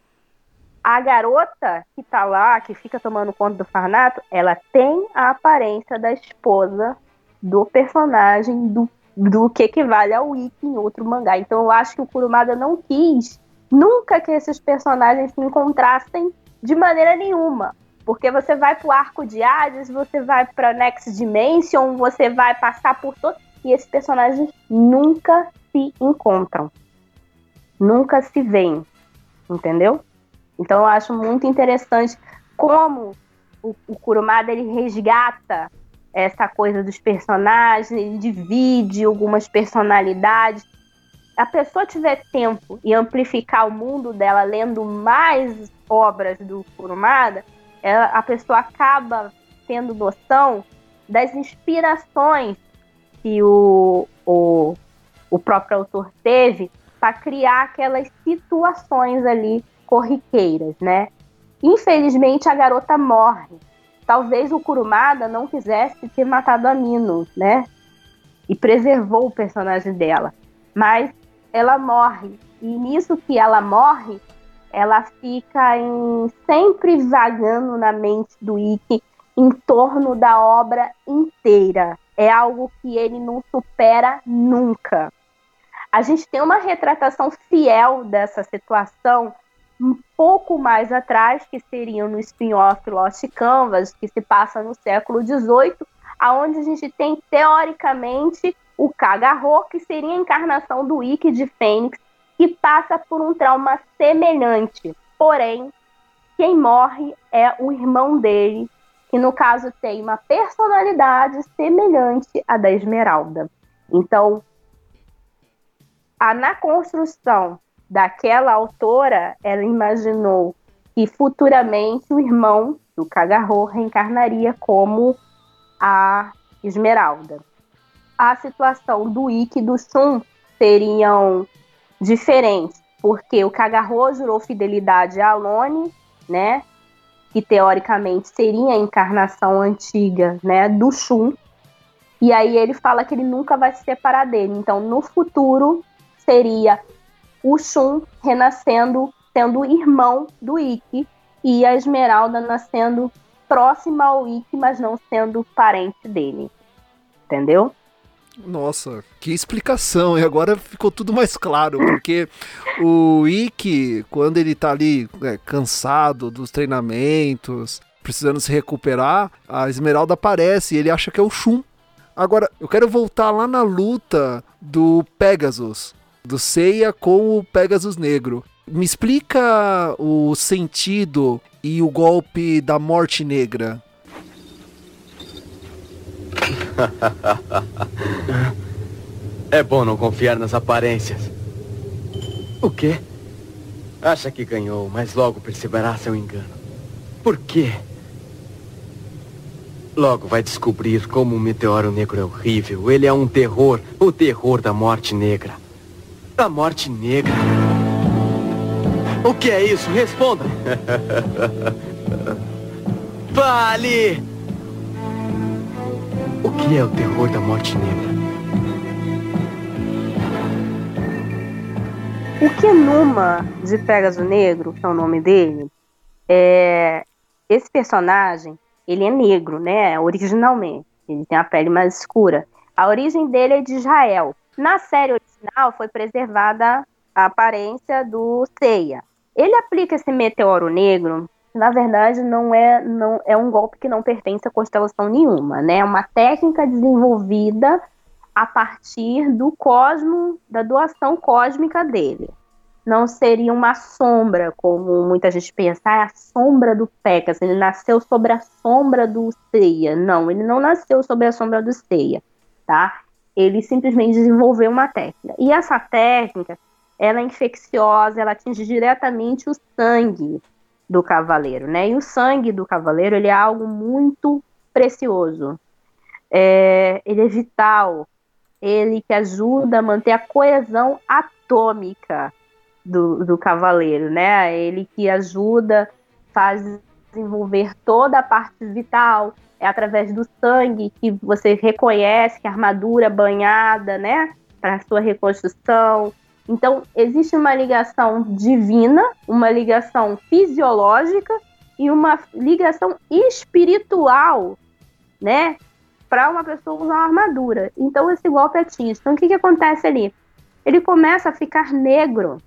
A garota que tá lá, que fica tomando conta do orfanato, ela tem a aparência da esposa do personagem do, do que equivale ao Ikki em outro mangá. Então eu acho que o Kurumada não quis nunca que esses personagens se encontrassem de maneira nenhuma. Porque você vai pro arco de Hades, você vai pra Next Dimension, você vai passar por todo... E esses personagens nunca se encontram. Nunca se veem. Entendeu? Então eu acho muito interessante como o, o Kurumada ele resgata essa coisa dos personagens, ele divide algumas personalidades. A pessoa tiver tempo e amplificar o mundo dela lendo mais obras do Kurumada, ela, a pessoa acaba tendo noção das inspirações que o, o, o próprio autor teve para criar aquelas situações ali corriqueiras, né? Infelizmente a garota morre. Talvez o Kurumada não quisesse ter matado a Mino, né? E preservou o personagem dela. Mas ela morre. E nisso que ela morre, ela fica em, sempre vagando na mente do Ikki em torno da obra inteira. É algo que ele não supera nunca. A gente tem uma retratação fiel dessa situação um pouco mais atrás, que seriam no spin-off Lost Canvas, que se passa no século dezoito, onde a gente tem, teoricamente, o Kagahou, que seria a encarnação do Ikki de Fênix, que passa por um trauma semelhante. Porém, quem morre é o irmão dele, que no caso tem uma personalidade semelhante à da Esmeralda. Então, a, na construção daquela autora, ela imaginou que futuramente o irmão do Kagahou reencarnaria como a Esmeralda. A situação do Ikki e do Shun seriam diferentes, porque o Kagahou jurou fidelidade a Alone, né, que teoricamente seria a encarnação antiga, né, do Shun, e aí ele fala que ele nunca vai se separar dele. Então, no futuro, seria o Shun renascendo, sendo irmão do Ikki, e a Esmeralda nascendo próxima ao Ikki, mas não sendo parente dele. Entendeu? Nossa, que explicação. E agora ficou tudo mais claro, porque o Ikki, quando ele tá ali é, cansado dos treinamentos, precisando se recuperar, a Esmeralda aparece e ele acha que é o Shun. Agora, eu quero voltar lá na luta do Pegasus, do Seiya com o Pegasus Negro. Me explica o sentido e o golpe da Morte Negra. É bom não confiar nas aparências. O quê? Acha que ganhou, mas logo perceberá seu engano. Por quê? Logo vai descobrir como o meteoro negro é horrível. Ele é um terror, o terror da Morte Negra. A Morte Negra. O que é isso? Responda. Fale! O que é o terror da Morte Negra? O Kenuma de Pegasus Negro, que é o nome dele, é... esse personagem, ele é negro, né, originalmente. Ele tem a pele mais escura. A origem dele é de Israel. Na série original foi preservada a aparência do Seiya. Ele aplica esse meteoro negro, na verdade não é, não, é um golpe que não pertence a constelação nenhuma, né? É uma técnica desenvolvida a partir do cosmo, da doação cósmica dele. Não seria uma sombra, como muita gente pensa, ah, é a sombra do Pegasus, ele nasceu sobre a sombra do Seiya. Não, ele não nasceu sobre a sombra do Seiya, tá? Ele simplesmente desenvolveu uma técnica. E essa técnica, ela é infecciosa, ela atinge diretamente o sangue do cavaleiro, né? E o sangue do cavaleiro, ele é algo muito precioso. É, ele é vital. ele que ajuda a manter a coesão atômica do, do cavaleiro, né? Ele que ajuda, faz desenvolver toda a parte vital, é através do sangue que você reconhece que a armadura banhada, né? Para a sua reconstrução. Então, existe uma ligação divina, uma ligação fisiológica e uma ligação espiritual, né? Para uma pessoa usar uma armadura. Então, esse golpe atinge. Então, o que, que acontece ali? Ele começa a ficar negro.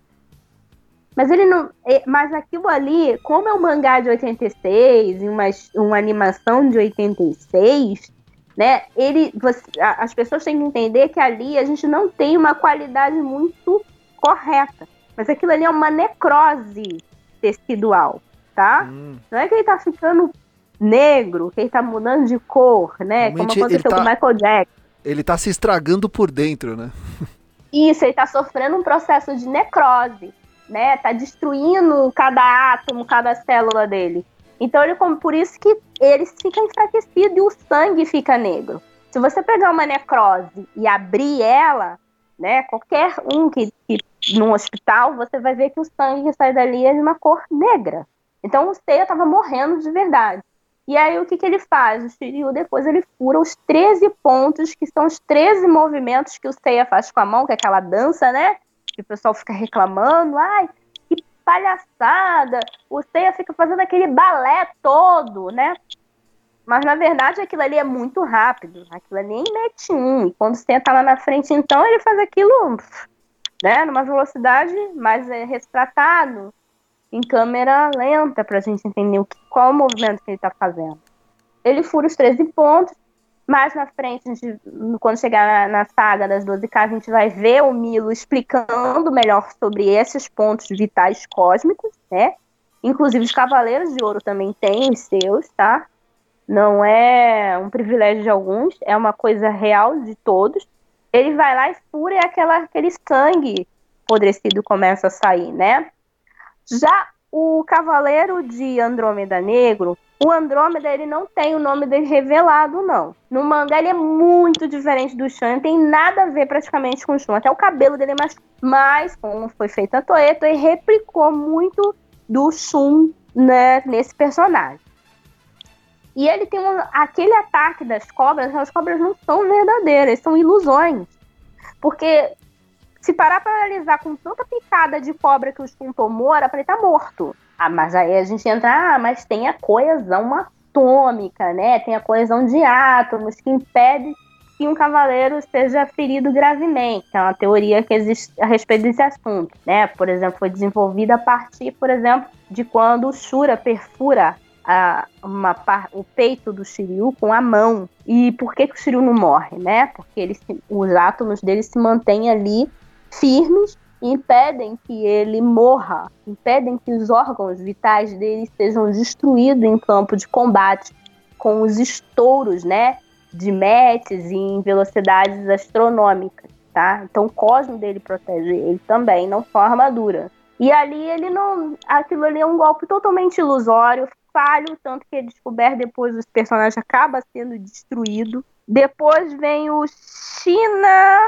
Mas ele não. Mas aquilo ali, como é um mangá de oitenta e seis, uma, uma animação de oitenta e seis, né? Ele, você, as pessoas têm que entender que ali a gente não tem uma qualidade muito correta. Mas aquilo ali é uma necrose tecidual, tá? Hum. Não é que ele tá ficando negro, que ele tá mudando de cor, né? Realmente, como aconteceu tá, com o Michael Jackson. Ele tá se estragando por dentro, né? Isso, ele tá sofrendo um processo de necrose, né? Tá destruindo cada átomo, cada célula dele. Então, ele, por isso que ele fica enfraquecido e o sangue fica negro. Se você pegar uma necrose e abrir ela, né? Qualquer um que, que no hospital, você vai ver que o sangue que sai dali é de uma cor negra. Então, o Seiya tava morrendo de verdade. E aí, o que, que ele faz? O Shiryu, depois, ele fura os treze pontos, que são os treze movimentos que o Seiya faz com a mão, que é aquela dança, né? Que o pessoal fica reclamando. Ai, que palhaçada! O Seiya fica fazendo aquele balé todo, né? Mas, na verdade, aquilo ali é muito rápido. Aquilo ali nem mete um. E quando o Seiya tá lá na frente, então, ele faz aquilo, né? Numa velocidade mais é, retratado, em câmera lenta, pra gente entender o que, qual o movimento que ele tá fazendo. Ele fura os treze pontos, mais na frente, a gente, quando chegar na, na saga das doze K, a gente vai ver o Milo explicando melhor sobre esses pontos vitais cósmicos, né? Inclusive os Cavaleiros de Ouro também têm os seus, tá? Não é um privilégio de alguns, é uma coisa real de todos. Ele vai lá e fura e aquela, aquele sangue apodrecido começa a sair, né? Já o Cavaleiro de Andrômeda Negro, o Andrômeda, ele não tem o nome dele revelado, não. No mangá ele é muito diferente do Shun, não tem nada a ver praticamente com o Shun. Até o cabelo dele é mais... Mas, como foi feito a Toei, ele replicou muito do Shun, né, nesse personagem. E ele tem um, aquele ataque das cobras, as cobras não são verdadeiras, são ilusões. Porque... se parar para analisar com tanta picada de cobra que o Shun tomou, era para ele estar morto. Ah, mas aí a gente entra, ah, mas tem a coesão atômica, né? Tem a coesão de átomos que impede que um cavaleiro seja ferido gravemente. É uma teoria que existe a respeito desse assunto, né? Por exemplo, foi desenvolvida a partir, por exemplo, de quando o Shura perfura a, uma, o peito do Shiryu com a mão. E por que, que o Shiryu não morre, né? Porque ele, os átomos dele se mantêm ali firmes e impedem que ele morra, impedem que os órgãos vitais dele sejam destruídos em campo de combate com os estouros, né, de metes e em velocidades astronômicas, tá? Então o cosmo dele protege ele também, não só a armadura. E ali ele não... aquilo ali é um golpe totalmente ilusório, falho, tanto que é descoberto depois, o personagem acaba sendo destruído. Depois vem o Shina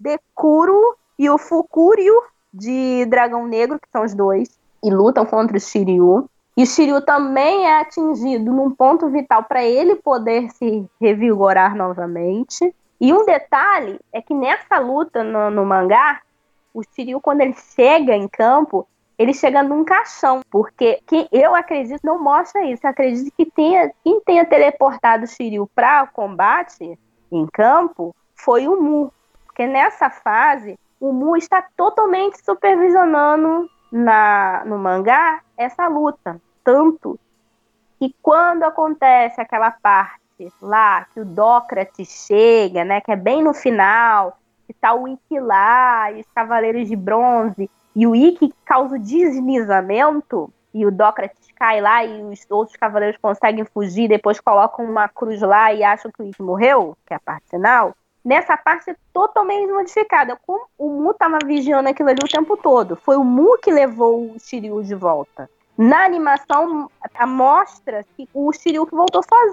Dekuro e o Fukuryu de Dragão Negro, que são os dois, e lutam contra o Shiryu. E o Shiryu também é atingido num ponto vital para ele poder se revigorar novamente. E um detalhe é que nessa luta no, no mangá, o Shiryu, quando ele chega em campo, ele chega num caixão, porque quem, eu acredito, não mostra isso. Eu acredito que tenha, quem tenha teleportado o Shiryu para o combate em campo foi o Mu. Porque nessa fase, o Mu está totalmente supervisionando na, no mangá essa luta. Tanto que quando acontece aquela parte lá, que o Dócrates chega, né, que é bem no final, que tá o Ikki lá, e os Cavaleiros de Bronze, e o Ikki causa o deslizamento, e o Dócrates cai lá, e os outros Cavaleiros conseguem fugir, depois colocam uma cruz lá e acham que o Ikki morreu, que é a parte final. Nessa parte totalmente modificada. Como o Mu estava vigiando aquilo ali o tempo todo. Foi o Mu que levou o Shiryu de volta. Na animação, mostra que o Shiryu que voltou sozinho.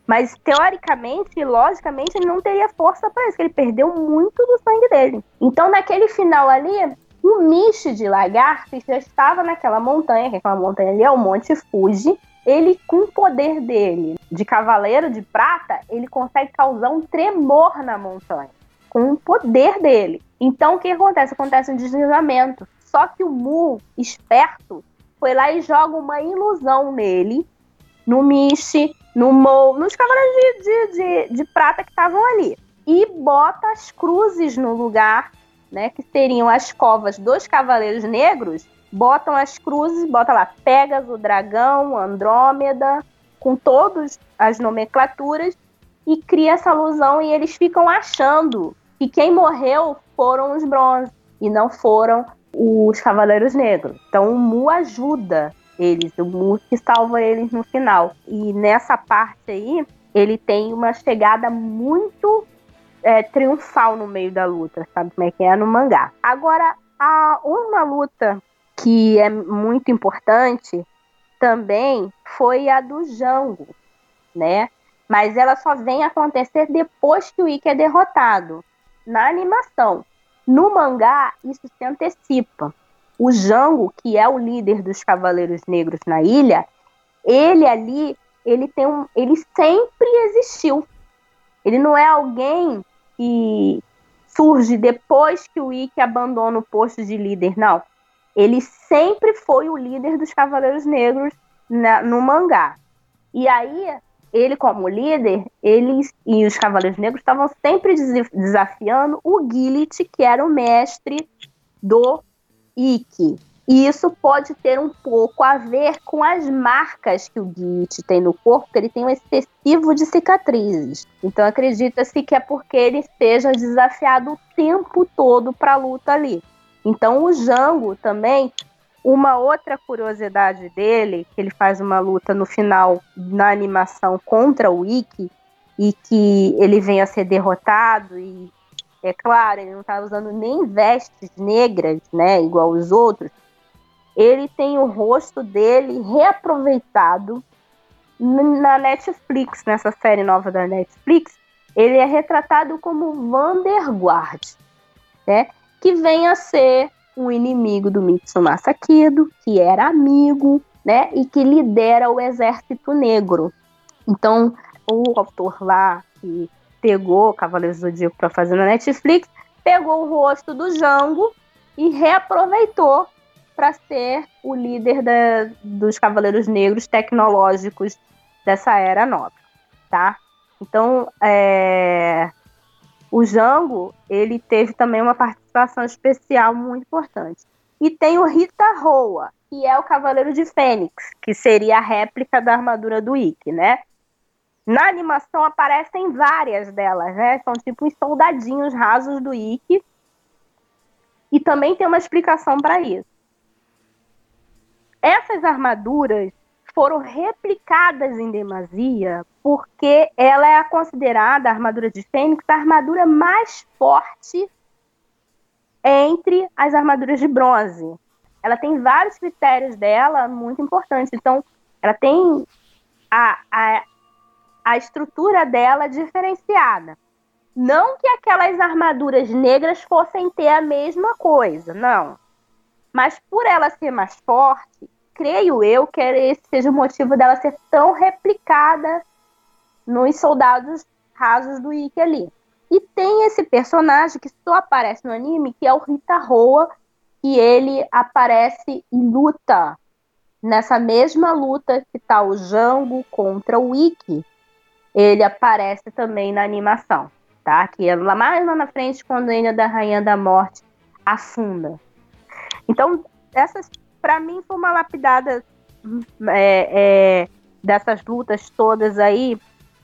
Mas, teoricamente e logicamente, ele não teria força para isso, porque ele perdeu muito do sangue dele. Então, naquele final ali, o Mish de Lagarto já estava naquela montanha, que aquela montanha ali é o Monte Fuji. Ele, com o poder dele de Cavaleiro de Prata, ele consegue causar um tremor na montanha, com o poder dele. Então, o que acontece? Acontece um deslizamento. Só que o Mu, esperto, foi lá e joga uma ilusão nele, no Mish, no Mo, nos cavaleiros de, de, de, de prata que estavam ali. E bota as cruzes no lugar, né, que seriam as covas dos cavaleiros negros. Botam as cruzes, bota lá Pégaso, Dragão, Andrômeda, com todas as nomenclaturas, e cria essa ilusão, e eles ficam achando que quem morreu foram os bronzes, e não foram os cavaleiros negros. Então o Mu ajuda eles, o Mu que salva eles no final. E nessa parte aí, ele tem uma chegada muito é, triunfal no meio da luta, sabe como é que é no mangá. Agora, a, uma luta que é muito importante também foi a do Jango, né? Mas ela só vem acontecer depois que o Ikki é derrotado. Na animação. No mangá, isso se antecipa. O Jango, que é o líder dos Cavaleiros Negros na ilha, ele ali, ele tem um, ele sempre existiu. Ele não é alguém que surge depois que o Ikki abandona o posto de líder, não. Ele sempre foi o líder dos Cavaleiros Negros na, no mangá. E aí, ele como líder, eles e os Cavaleiros Negros estavam sempre desafiando o Gillit, que era o mestre do Ikki. E isso pode ter um pouco a ver com as marcas que o Gillit tem no corpo, porque ele tem um excessivo de cicatrizes. Então acredita-se que é porque ele esteja desafiado o tempo todo para a luta ali. Então o Jango também, uma outra curiosidade dele, que ele faz uma luta no final na animação contra o Ikki, e que ele vem a ser derrotado, e é claro, ele não está usando nem vestes negras, né, igual os outros. Ele tem o rosto dele reaproveitado na Netflix, nessa série nova da Netflix. Ele é retratado como Vanderguard, né, que vem a ser um inimigo do Mitsumasa Kido, que era amigo, né, e que lidera o Exército Negro. Então, o autor lá que pegou Cavaleiros do Zodíaco para fazer na Netflix, pegou o rosto do Jango e reaproveitou para ser o líder da, dos Cavaleiros Negros tecnológicos dessa era nova, tá? Então, é... o Jango, ele teve também uma participação especial muito importante. E tem o Rita Roa, que é o Cavaleiro de Fênix, que seria a réplica da armadura do Ikki, né? Na animação aparecem várias delas, né? São tipo os soldadinhos rasos do Ikki. E também tem uma explicação para isso. Essas armaduras foram replicadas em demasia porque ela é considerada, a armadura de Fênix, a armadura mais forte entre as armaduras de bronze. Ela tem vários critérios dela muito importantes. Então, ela tem a, a, a estrutura dela diferenciada. Não que aquelas armaduras negras fossem ter a mesma coisa, não. Mas por ela ser mais forte, creio eu que esse seja o motivo dela ser tão replicada nos soldados rasos do Ikki ali. E tem esse personagem que só aparece no anime, que é o Rita Roa, que ele aparece e luta nessa mesma luta que tá o Jango contra o Ikki. Ele aparece também na animação, tá? Que é lá mais lá na frente, quando a Ilha da Rainha da Morte afunda. Então, essas, pra mim, foi uma lapidada é, é, dessas lutas todas aí,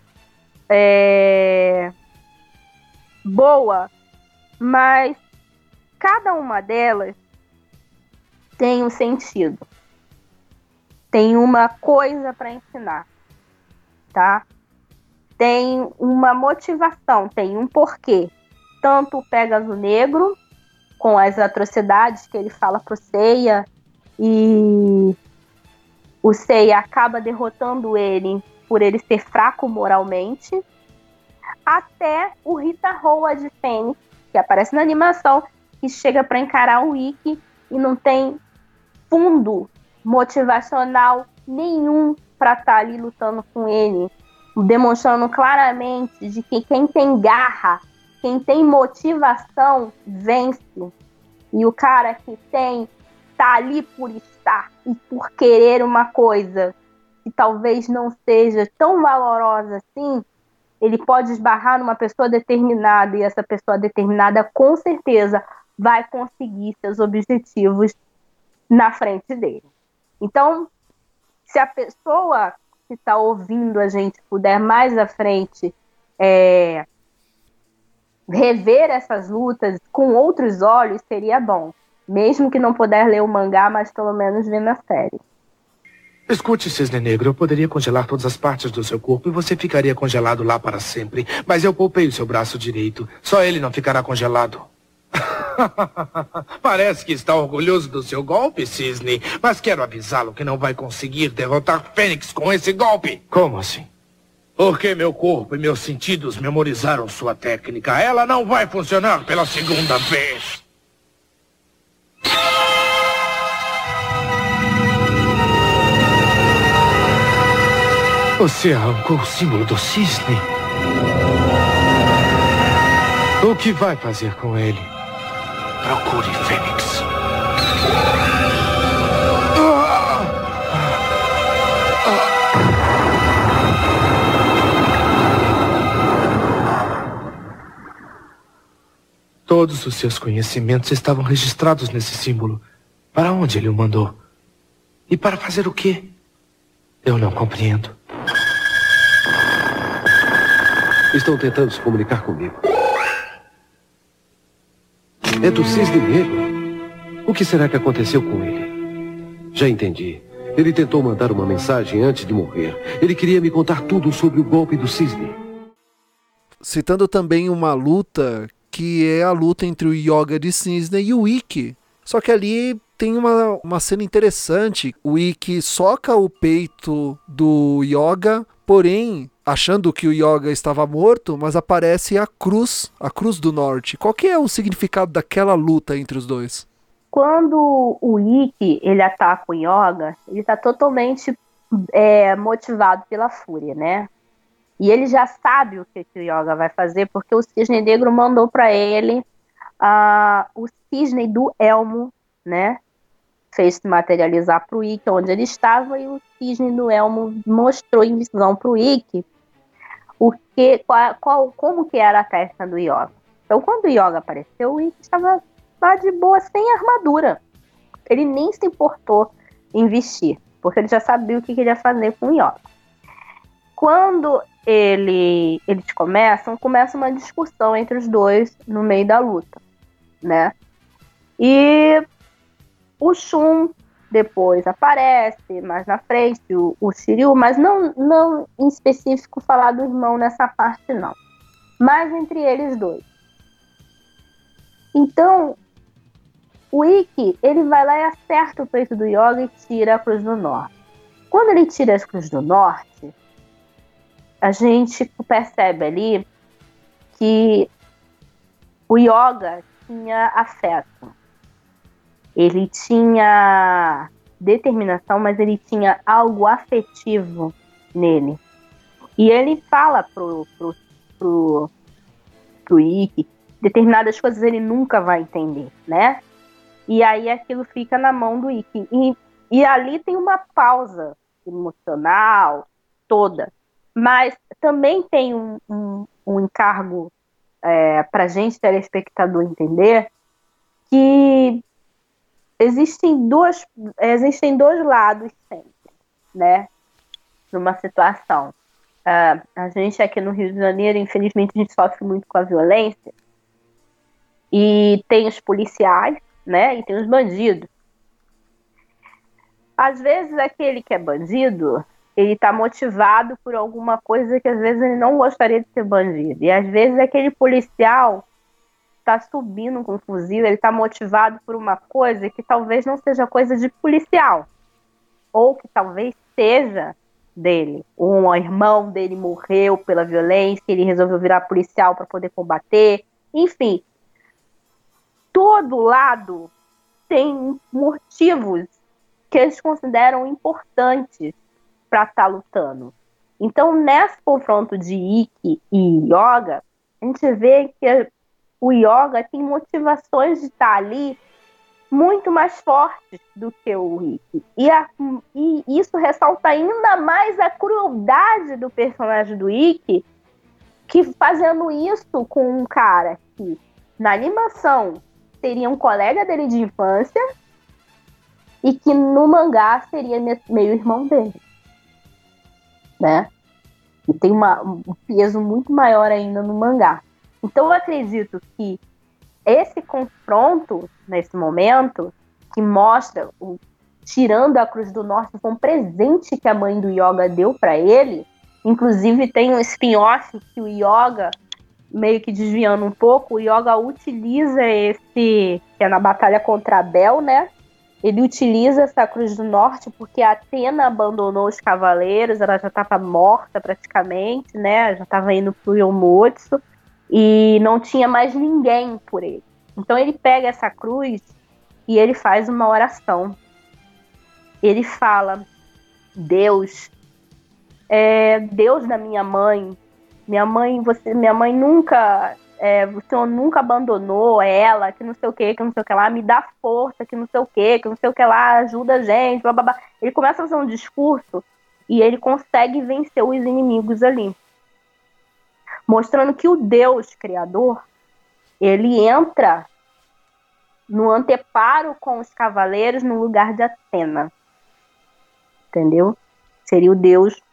é, boa, mas cada uma delas tem um sentido, tem uma coisa para ensinar, tá? Tem uma motivação, tem um porquê. Tanto o Pégaso Negro, com as atrocidades que ele fala pro Seiya, e o Seiya acaba derrotando ele por ele ser fraco moralmente, até o Rita Howard Fênix, que aparece na animação, que chega para encarar o Ikki e não tem fundo motivacional nenhum para estar tá ali lutando com ele, demonstrando claramente de que quem tem garra, quem tem motivação, vence. E o cara que tem, tá ali por estar e por querer uma coisa que talvez não seja tão valorosa assim, ele pode esbarrar numa pessoa determinada, e essa pessoa determinada com certeza vai conseguir seus objetivos na frente dele. Então, se a pessoa que está ouvindo a gente puder mais à frente é, rever essas lutas com outros olhos, seria bom. Mesmo que não puder ler o mangá, mas pelo menos ver na série. Escute, Cisne Negro, eu poderia congelar todas as partes do seu corpo e você ficaria congelado lá para sempre. Mas eu poupei o seu braço direito. Só ele não ficará congelado. Parece que está orgulhoso do seu golpe, Cisne. Mas quero avisá-lo que não vai conseguir derrotar Fênix com esse golpe. Como assim? Porque meu corpo e meus sentidos memorizaram sua técnica. Ela não vai funcionar pela segunda vez. Você arrancou o símbolo do cisne? O que vai fazer com ele? Procure Fênix. Todos os seus conhecimentos estavam registrados nesse símbolo. Para onde ele o mandou? E para fazer o quê? Eu não compreendo. Estão tentando se comunicar comigo. É do Cisne Negro? O que será que aconteceu com ele? Já entendi. Ele tentou mandar uma mensagem antes de morrer. Ele queria me contar tudo sobre o golpe do Cisne. Citando também uma luta que é a luta entre o Yoga de Cisne e o Ikki. Só que ali tem uma, uma cena interessante. O Ikki soca o peito do Yoga, porém, achando que o Yoga estava morto, mas aparece a cruz, a cruz do norte. Qual que é o significado daquela luta entre os dois? Quando o Ikki, ele ataca o Yoga, ele está totalmente é, motivado pela fúria, né? E ele já sabe o que, que o Yoga vai fazer, porque o Cisne Negro mandou para ele uh, o Cisne do Elmo, né? Fez se materializar para o Ikki onde ele estava, e o Cisne do Elmo mostrou em visão para o Ikki o que, qual, qual, como que era a técnica do Yoga. Então, quando o Yoga apareceu, o Ikki estava lá de boa, sem armadura. Ele nem se importou em vestir, porque ele já sabia o que, que ele ia fazer com o Yoga. Quando ele, eles começam, começa uma discussão entre os dois no meio da luta, né? E o Shun depois aparece mais na frente, o, o Shiryu, mas não, não em específico falar do irmão nessa parte não, mas entre eles dois. Então o Ikki, ele vai lá e acerta o peito do Yoga e tira a Cruz do Norte. Quando ele tira a Cruz do Norte, a gente percebe ali que o Yoga tinha afeto. Ele tinha determinação, mas ele tinha algo afetivo nele. E ele fala pro, pro, pro, pro Ikki, determinadas coisas ele nunca vai entender, né? E aí aquilo fica na mão do Ikki. E, e ali tem uma pausa emocional toda. Mas também tem um, um, um encargo é, pra gente, telespectador, entender que Existem, duas, existem dois lados sempre, né? Numa situação. Uh, a gente aqui no Rio de Janeiro, infelizmente, a gente sofre muito com a violência. E tem os policiais, né? E tem os bandidos. Às vezes, aquele que é bandido, ele tá motivado por alguma coisa que às vezes ele não gostaria de ser bandido. E às vezes aquele policial tá subindo com um fuzil, ele tá motivado por uma coisa que talvez não seja coisa de policial, ou que talvez seja dele. Um irmão dele morreu pela violência, ele resolveu virar policial para poder combater. Enfim, todo lado tem motivos que eles consideram importantes para estar lutando. Então, nesse confronto de Ikki e Yoga, a gente vê que o Yoga tem motivações de estar ali muito mais fortes do que o Ikki. E, a, e isso ressalta ainda mais a crueldade do personagem do Ikki, que fazendo isso com um cara que, na animação, seria um colega dele de infância e que no mangá seria meio irmão dele. Né? E tem uma, um peso muito maior ainda no mangá. Então eu acredito que esse confronto, nesse momento, que mostra, o, tirando a Cruz do Norte, foi um presente que a mãe do Yoga deu para ele. Inclusive tem um spin-off que o Yoga, meio que desviando um pouco, o Yoga utiliza esse, que é na batalha contra a Bel, né? Ele utiliza essa Cruz do Norte porque a Athena abandonou os cavaleiros, ela já estava morta praticamente, né? Já estava indo pro Yomotsu e não tinha mais ninguém por ele. Então ele pega essa cruz e ele faz uma oração. Ele fala: Deus, é, Deus da minha mãe, minha mãe, você, minha mãe nunca... É, o Senhor nunca abandonou ela, que não sei o que, que não sei o que lá, me dá força, que não sei o que, que não sei o que lá, ajuda a gente, blá, blá, blá. Ele começa a fazer um discurso e ele consegue vencer os inimigos ali. Mostrando que o Deus Criador, ele entra no anteparo com os cavaleiros no lugar de Athena. Entendeu? Seria o Deus,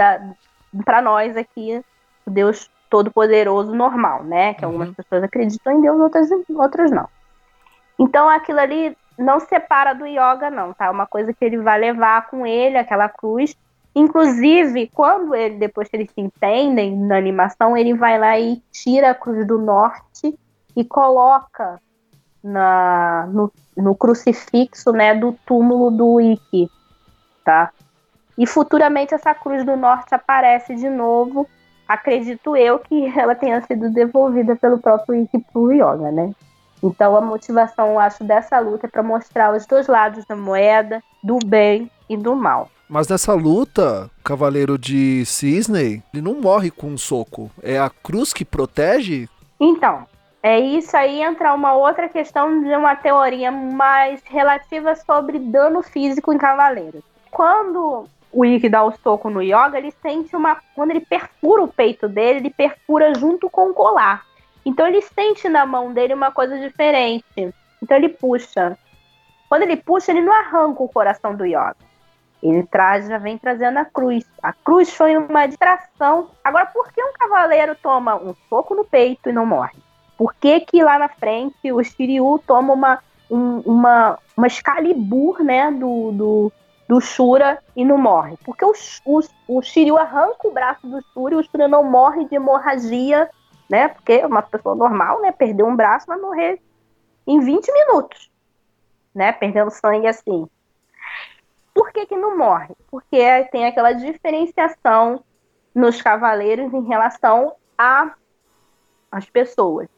para nós aqui, o Deus todo-poderoso normal, né? Que algumas uhum. pessoas acreditam em Deus, outras, outras não. Então aquilo ali não separa do Yoga, não, tá? É uma coisa que ele vai levar com ele, aquela cruz. Inclusive, quando ele, depois que eles se entendem na animação, ele vai lá e tira a Cruz do Norte e coloca na, no, no crucifixo, né, do túmulo do Ikki, tá? E futuramente essa Cruz do Norte aparece de novo. Acredito eu que ela tenha sido devolvida pelo próprio Ikki pro Yoga, né? Então a motivação, eu acho, dessa luta é para mostrar os dois lados da moeda, do bem e do mal. Mas nessa luta, o Cavaleiro de Cisne, ele não morre com um soco. É a cruz que protege? Então, é isso aí entra uma outra questão de uma teoria mais relativa sobre dano físico em cavaleiros. Quando o Ikki dá o soco no Yoga, ele sente uma... Quando ele perfura o peito dele, ele perfura junto com o colar. Então ele sente na mão dele uma coisa diferente. Então ele puxa. Quando ele puxa, ele não arranca o coração do Yoga. Ele traz, já vem trazendo a cruz. A cruz foi uma distração. Agora, por que um cavaleiro toma um soco no peito e não morre? Por que que lá na frente o Shiryu toma uma, um, uma, uma Excalibur, né, do... do do Shura e não morre? Porque o, o, o Shiryu arranca o braço do Shura e o Shura não morre de hemorragia, né? Porque uma pessoa normal, né, perder um braço vai morrer em vinte minutos, né? Perdendo sangue assim. Por que que não morre? Porque tem aquela diferenciação nos cavaleiros em relação às pessoas.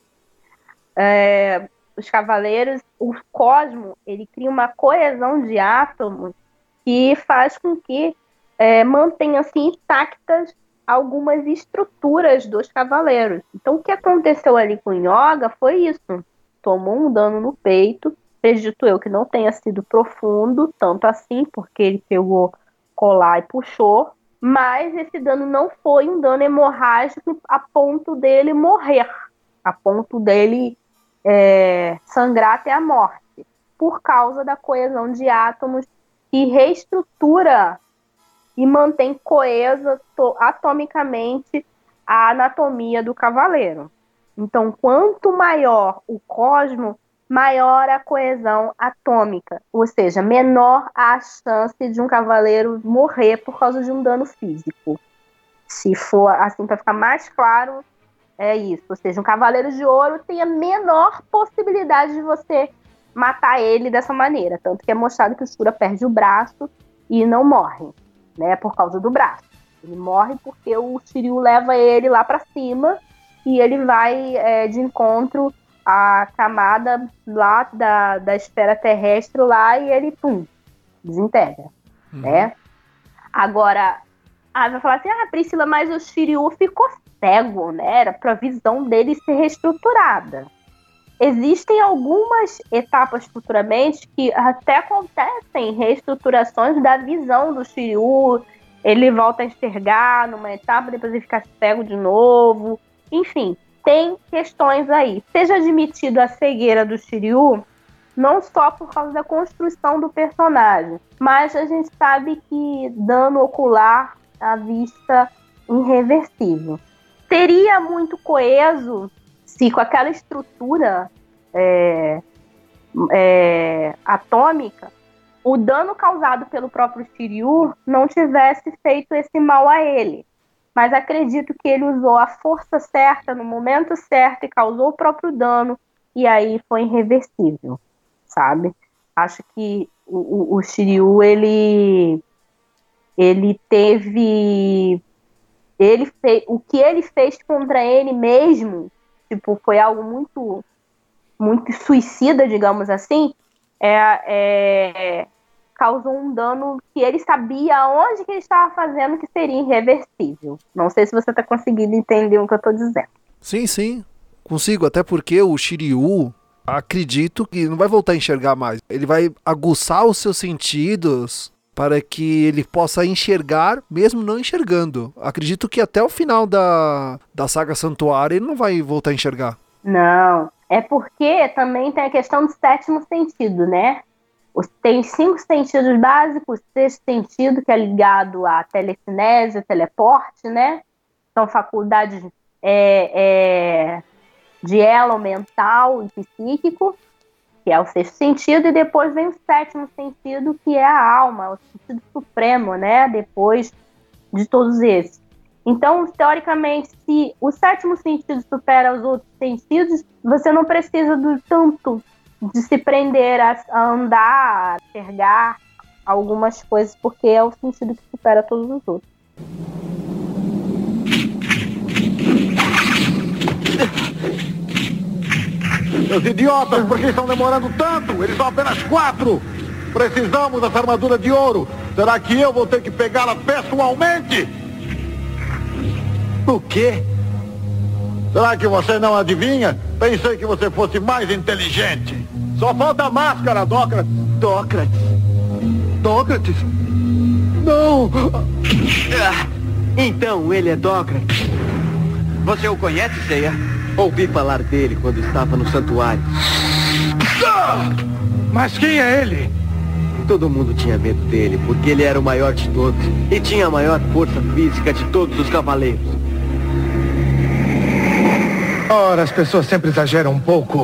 É, os cavaleiros, o cosmo, ele cria uma coesão de átomos que faz com que é, mantenha-se intactas algumas estruturas dos cavaleiros. Então, o que aconteceu ali com o Yoga foi isso. Tomou um dano no peito, acredito eu que não tenha sido profundo, tanto assim, porque ele pegou colar e puxou, mas esse dano não foi um dano hemorrágico a ponto dele morrer, a ponto dele é, sangrar até a morte, por causa da coesão de átomos que reestrutura e mantém coesa atomicamente a anatomia do cavaleiro. Então, quanto maior o cosmo, maior a coesão atômica, ou seja, menor a chance de um cavaleiro morrer por causa de um dano físico. Se for assim, para ficar mais claro, é isso. Ou seja, um cavaleiro de ouro tem a menor possibilidade de você matar ele dessa maneira. Tanto que é mostrado que o Shura perde o braço e não morre. né, por causa do braço. Ele morre porque o Shiryu leva ele lá pra cima e ele vai é, de encontro à camada lá da, da esfera terrestre lá e ele, pum, desintegra, uhum. né? Agora, ah, vai falar assim, ah, Priscila, mas o Shiryu ficou cego, né? Era pra visão dele ser reestruturada. Existem algumas etapas futuramente que até acontecem reestruturações da visão do Shiryu. Ele volta a enxergar numa etapa, depois ele fica cego de novo. Enfim, tem questões aí. Seja admitido a cegueira do Shiryu, não só por causa da construção do personagem, mas a gente sabe que dano ocular à vista irreversível. Seria muito coeso se com aquela estrutura é, é, atômica, o dano causado pelo próprio Shiryu não tivesse feito esse mal a ele. Mas acredito que ele usou a força certa, no momento certo, e causou o próprio dano, e aí foi irreversível, sabe? Acho que o, o, o Shiryu, ele, ele teve... Ele fez, o que ele fez contra ele mesmo, tipo, foi algo muito, muito suicida, digamos assim, é, é, causou um dano que ele sabia onde que ele estava fazendo que seria irreversível. Não sei se você está conseguindo entender o que eu estou dizendo. Sim, sim, consigo, até porque o Shiryu, acredito que não vai voltar a enxergar mais. Ele vai aguçar os seus sentidos para que ele possa enxergar, mesmo não enxergando. Acredito que até o final da, da saga Santuário ele não vai voltar a enxergar. Não, é porque também tem a questão do sétimo sentido, né? Os, tem cinco sentidos básicos, o sexto sentido que é ligado à telecinese, teleporte, né? São faculdades é, é, de elo mental e psíquico, que é o sexto sentido, e depois vem o sétimo sentido, que é a alma, o sentido supremo, né? Depois de todos esses. Então, teoricamente, se o sétimo sentido supera os outros sentidos, você não precisa do tanto de se prender a, a andar, a enxergar algumas coisas, porque é o sentido que supera todos os outros. Os idiotas, por que estão demorando tanto? Eles são apenas quatro. Precisamos dessa armadura de ouro. Será que eu vou ter que pegá-la pessoalmente? O quê? Será que você não adivinha? Pensei que você fosse mais inteligente. Só falta a máscara, Dócrates. Dócrates? Dócrates? Não! Ah, então ele é Dócrates. Você o conhece, Seiya? Ouvi falar dele quando estava no santuário. Ah! Mas quem é ele? Todo mundo tinha medo dele, porque ele era o maior de todos e tinha a maior força física de todos os cavaleiros. Ora, as pessoas sempre exageram um pouco.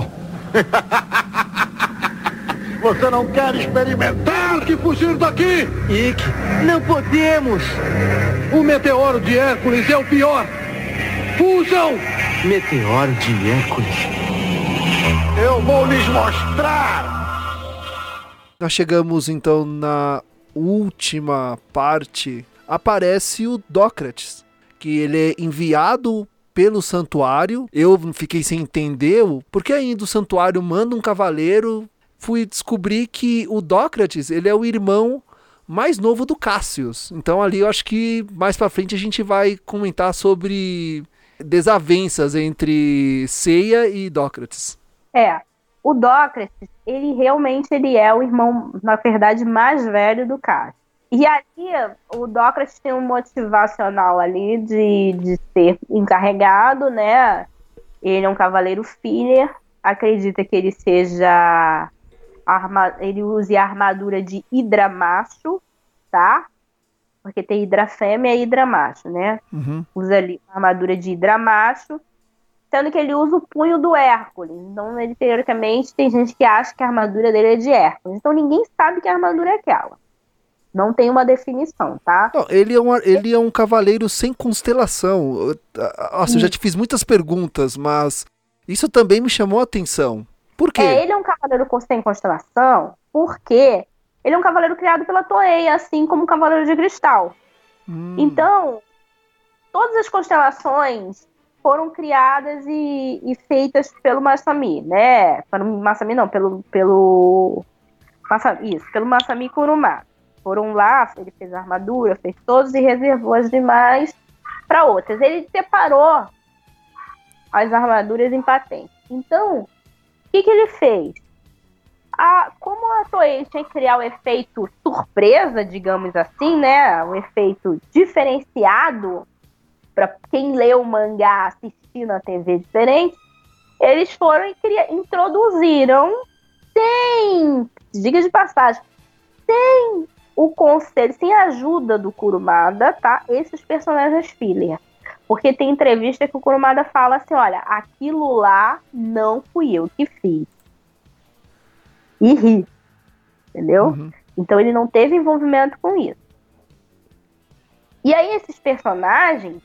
Você não quer experimentar? Temos que fugir daqui! Ikki, não podemos! O meteoro de Hércules é o pior! Fujam! Meteoro de Hércules? Eu vou lhes mostrar! Nós chegamos então na última parte. Aparece o Dócrates, que ele é enviado pelo santuário. Eu fiquei sem entender porque ainda o santuário manda um cavaleiro. Fui descobrir que o Dócrates, ele é o irmão mais novo do Cassius. Então ali eu acho que mais pra frente a gente vai comentar sobre desavenças entre Seiya e Dócrates. É, o Dócrates, ele realmente ele é o irmão, na verdade, mais velho do Cassius. E aí, o Dócrates tem um motivacional ali de, de ser encarregado, né? Ele é um cavaleiro filler, acredita que ele seja... Arma, ele use a armadura de Hidra macho, tá? Porque tem Hidra fêmea e Hidra macho, né? Uhum. Usa ali a armadura de Hidra macho, sendo que ele usa o punho do Hércules. Então, ele, teoricamente, tem gente que acha que a armadura dele é de Hércules. Então, ninguém sabe que a armadura é aquela. Não tem uma definição, tá? Não, ele, é um, ele é um cavaleiro sem constelação. Nossa, eu já te fiz muitas perguntas, mas isso também me chamou a atenção. Por quê? É, ele é um cavaleiro sem constelação porque ele é um cavaleiro criado pela Toei, assim como o Cavaleiro de Cristal. Hum. Então, todas as constelações foram criadas e, e feitas pelo Masami, né? Pelo Masami não, pelo... pelo Masami, isso, pelo Masami Kurumada. Foram lá, ele fez a armadura, fez todos e reservou as demais para outras. Ele separou as armaduras em patente. Então, o que, que ele fez? A, como a Toei tinha que criar o efeito surpresa, digamos assim, né? Um efeito diferenciado para quem lê o mangá assistir na T V diferente, eles foram e cria, introduziram sem, diga de passagem, sem o conselho, sem a ajuda do Kurumada, tá? Esses personagens filler. Porque tem entrevista que o Kurumada fala assim, olha, aquilo lá não fui eu que fiz. E ri. Entendeu? Uhum. Então ele não teve envolvimento com isso. E aí esses personagens,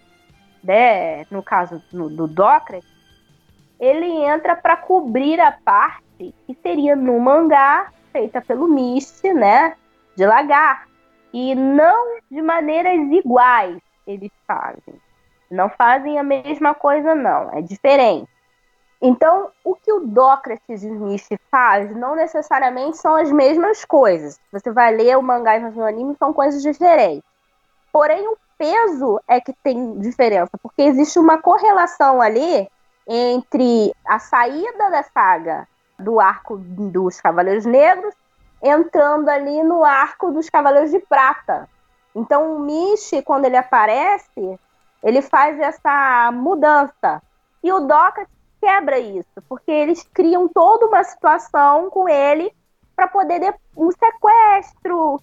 né, no caso no, do Docret, ele entra para cobrir a parte que seria no mangá feita pelo Mist, né, de Lagarto. E não de maneiras iguais eles fazem. Não fazem a mesma coisa, não. É diferente. Então, o que o Docrates e o Mist faz não necessariamente são as mesmas coisas. Você vai ler o mangá e vai ver o anime, são coisas diferentes. Porém, o peso é que tem diferença, porque existe uma correlação ali entre a saída da saga do arco dos Cavaleiros Negros entrando ali no arco dos Cavaleiros de Prata. Então, o Mist, quando ele aparece, ele faz essa mudança. E o Docrates quebra isso, porque eles criam toda uma situação com ele para poder ter um sequestro,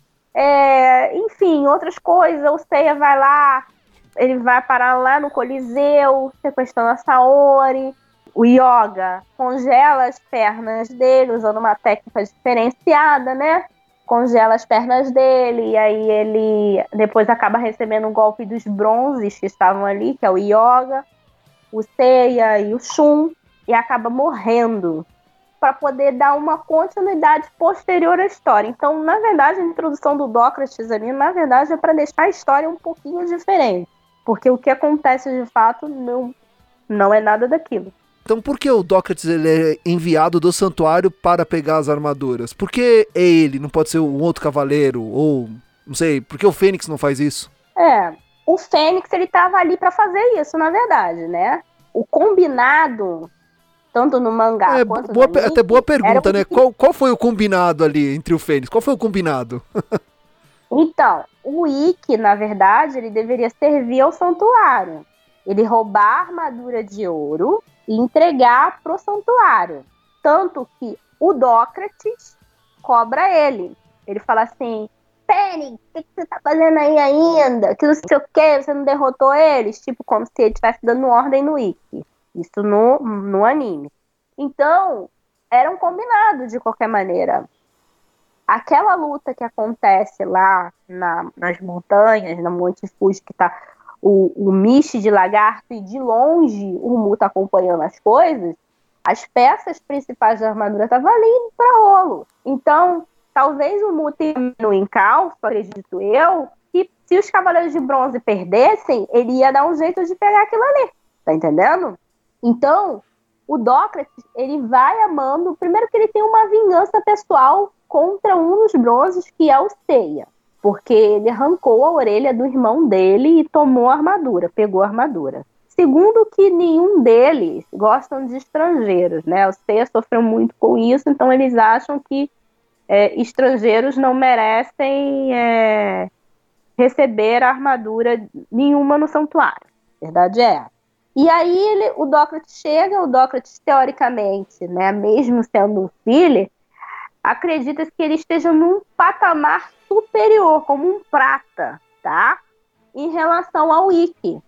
é, enfim, outras coisas. O Seiya vai lá, ele vai parar lá no Coliseu, sequestrando a Saori. O Yoga congela as pernas dele, usando uma técnica diferenciada, né? Congela as pernas dele, e aí ele depois acaba recebendo um golpe dos bronzes que estavam ali, que é o Yoga, o Seiya e o Shun, e acaba morrendo para poder dar uma continuidade posterior à história. Então, na verdade, a introdução do Docrates ali, na verdade, é para deixar a história um pouquinho diferente, porque o que acontece de fato não, não é nada daquilo. Então por que o Docrates ele é enviado do santuário para pegar as armaduras? Por que é ele, não pode ser um outro cavaleiro? Ou, não sei, por que o Fênix não faz isso? É, o Fênix ele estava ali para fazer isso, na verdade, né? O combinado, tanto no mangá é, quanto boa, no anime, até boa pergunta, né? Que... Qual, qual foi o combinado ali entre o Fênix? Qual foi o combinado? Então, o Ikki, na verdade, ele deveria servir ao santuário. Ele roubar a armadura de ouro e entregar pro santuário. Tanto que o Docrates cobra ele. Ele fala assim, Fênix, o que, que você tá fazendo aí ainda? Que não sei o que, você não derrotou eles? Tipo, como se ele estivesse dando ordem no Ikki. Isso no, no anime. Então, era um combinado de qualquer maneira. Aquela luta que acontece lá na, nas montanhas, na Monte Fuji, que tá o, o Mist de Lagarto, e de longe o Mu tá acompanhando as coisas, as peças principais da armadura estavam ali indo pra rolo. Então, talvez o Mu tenha no encalço, acredito eu, que se os Cavaleiros de Bronze perdessem, ele ia dar um jeito de pegar aquilo ali. Tá entendendo? Então, o Docrates, ele vai amando, primeiro que ele tem uma vingança pessoal contra um dos bronzes, que é o Seiya. Porque ele arrancou a orelha do irmão dele e tomou a armadura, pegou a armadura. Segundo, que nenhum deles gostam de estrangeiros, né? O Seiya sofreu muito com isso, então eles acham que é, estrangeiros não merecem é, receber a armadura nenhuma no santuário. A verdade é essa. E aí ele, o Docrates chega, o Docrates, teoricamente, né, mesmo sendo um filho, acredita-se que ele esteja num patamar superior, como um prata, tá? Em relação ao Ikki.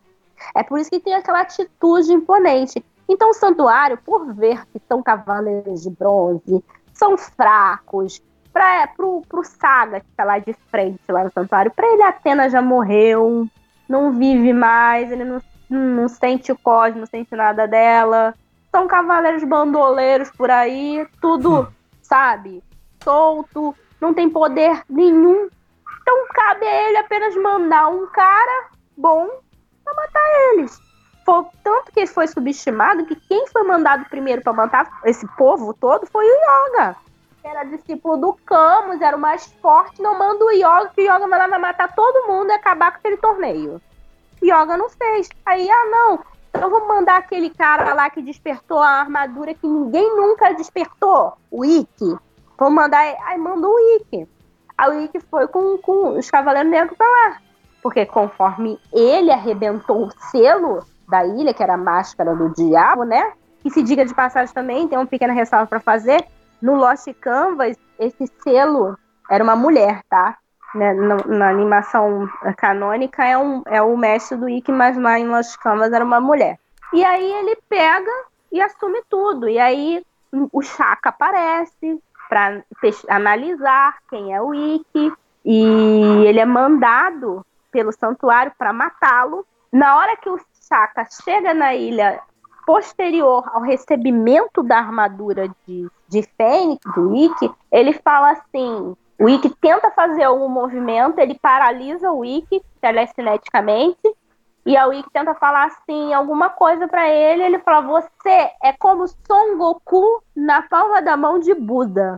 É por isso que tem aquela atitude imponente. Então o santuário, por ver que são cavaleiros de bronze, são fracos, para pro, pro Saga, que tá lá de frente, lá no santuário, para ele a Athena já morreu, não vive mais, ele não, não sente o cosmo, não sente nada dela. São cavaleiros bandoleiros por aí, tudo... sabe, solto, não tem poder nenhum. Então cabe a ele apenas mandar um cara bom pra matar eles. Foi, tanto que ele foi subestimado que quem foi mandado primeiro pra matar esse povo todo foi o Yoga. Era discípulo do Camus, era o mais forte, não manda o Yoga, que o Yoga mandava matar todo mundo e acabar com aquele torneio. O Yoga não fez. Aí, ah não, então vamos mandar aquele cara lá que despertou a armadura que ninguém nunca despertou, o Ikki. Vamos mandar, aí mandou o Ikki. Aí o Ikki foi com, com os Cavaleiros Negros pra lá. Porque conforme ele arrebentou o selo da ilha, que era a máscara do diabo, né? E se diga de passagem também, tem uma pequena ressalva pra fazer, no Lost Canvas, esse selo era uma mulher, tá? Na, na, na animação canônica é, um, é o mestre do Ikki, mas lá em Lost Canvas era uma mulher. E aí ele pega e assume tudo. E aí o Shaka aparece para analisar quem é o Ikki. E ele é mandado pelo santuário para matá-lo. Na hora que o Shaka chega na ilha posterior ao recebimento da armadura de, de Fênix, do Ikki, ele fala assim... O Ikki tenta fazer algum movimento, ele paralisa o Ikki telecineticamente, e o Ikki tenta falar assim, alguma coisa pra ele, ele fala, você é como Son Goku na palma da mão de Buda.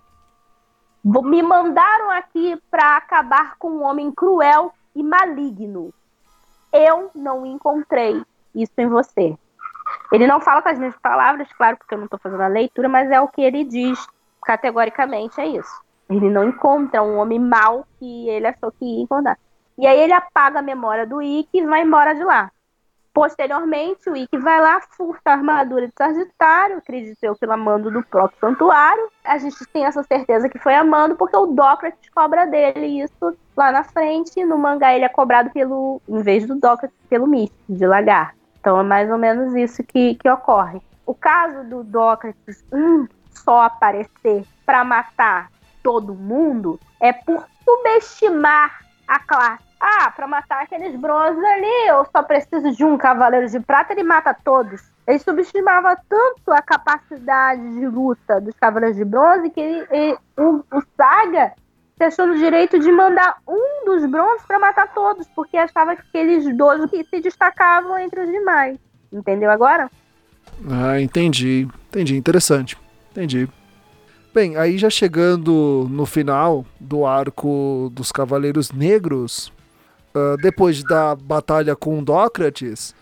Me mandaram aqui pra acabar com um homem cruel e maligno. Eu não encontrei isso em você. Ele não fala com as minhas palavras, claro, porque eu não tô fazendo a leitura, mas é o que ele diz, categoricamente é isso. Ele não encontra um homem mau que ele achou que ia encontrar. E aí ele apaga a memória do Ikki e vai embora de lá. Posteriormente, o Ikki vai lá, furta a armadura de Sagitário, acredito eu, pelo mando do próprio santuário. A gente tem essa certeza que foi a mando, porque o Dócrates cobra dele isso lá na frente. No mangá ele é cobrado pelo, em vez do Dócrates, pelo Místico, de Lagar. Então é mais ou menos isso que, que ocorre. O caso do Dócrates um só aparecer para matar todo mundo é por subestimar a classe. Ah, pra matar aqueles bronzes ali, eu só preciso de um cavaleiro de prata, ele mata todos. Ele subestimava tanto a capacidade de luta dos cavaleiros de bronze que ele, ele, o, o Saga se achou no direito de mandar um dos bronzes pra matar todos, porque achava que aqueles dois que se destacavam entre os demais. Entendeu agora? Ah, entendi. Entendi, interessante. Entendi. Bem, aí já chegando no final do arco dos Cavaleiros Negros, uh, depois da batalha com o Dócrates,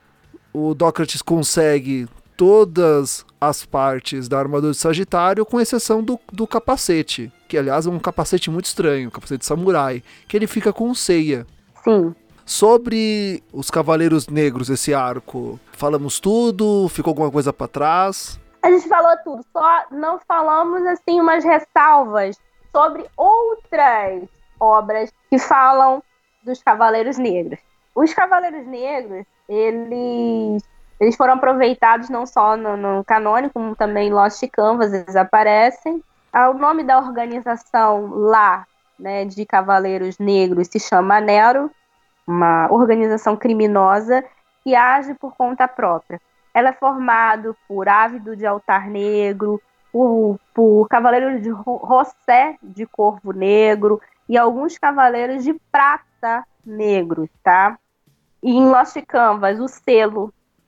o Dócrates consegue todas as partes da armadura de Sagitário, com exceção do, do capacete, que aliás é um capacete muito estranho, um capacete samurai, que ele fica com ceia. Sim. Sobre os Cavaleiros Negros, esse arco, falamos tudo? Ficou alguma coisa para trás? A gente falou tudo, só não falamos assim umas ressalvas sobre outras obras que falam dos Cavaleiros Negros. Os Cavaleiros Negros, eles, eles foram aproveitados não só no, no canônico, como também em Lost Canvas, eles aparecem. O nome da organização lá, né, de Cavaleiros Negros se chama Nero, uma organização criminosa que age por conta própria. Ela é formada por Ávido de Altar Negro, por, por Cavaleiros de Rossé de Corvo Negro e alguns Cavaleiros de Prata Negros, tá? E em Lost Canvas, o selo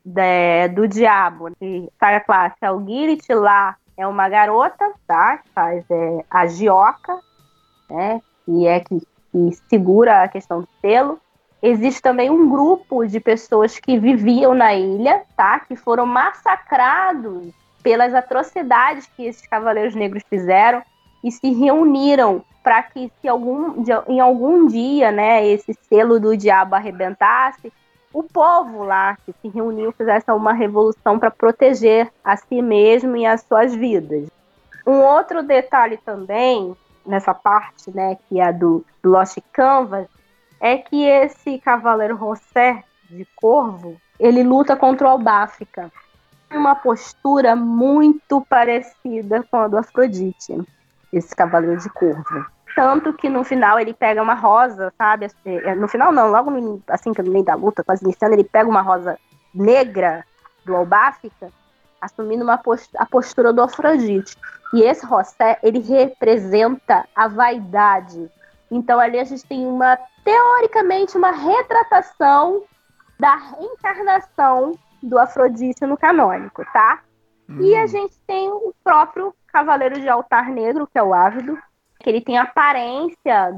de, do Diabo, que sai a classe Algirit, lá é uma garota, tá? Que faz é, a Gioca, né? E é que, que segura a questão do selo. Existe também um grupo de pessoas que viviam na ilha, tá? Que foram massacrados pelas atrocidades que esses Cavaleiros Negros fizeram e se reuniram para que se algum, de, em algum dia, né, esse selo do diabo arrebentasse, o povo lá que se reuniu fizesse uma revolução para proteger a si mesmo e as suas vidas. Um outro detalhe também, nessa parte, né, que é a do, do Lost Canvas, é que esse Cavaleiro Rossé de Corvo, ele luta contra o Albáfica. Uma postura muito parecida com a do Afrodite, esse Cavaleiro de Corvo. Tanto que no final ele pega uma rosa, sabe? No final não, logo no, assim que no meio da luta, quase iniciando, ele pega uma rosa negra do Albáfica assumindo uma post- a postura do Afrodite. E esse Rossé, ele representa a vaidade. Então ali a gente tem uma, teoricamente, uma retratação da reencarnação do Afrodite no canônico, tá? Hum. E a gente tem o próprio Cavaleiro de Altar Negro, que é o Ávido, que ele tem a aparência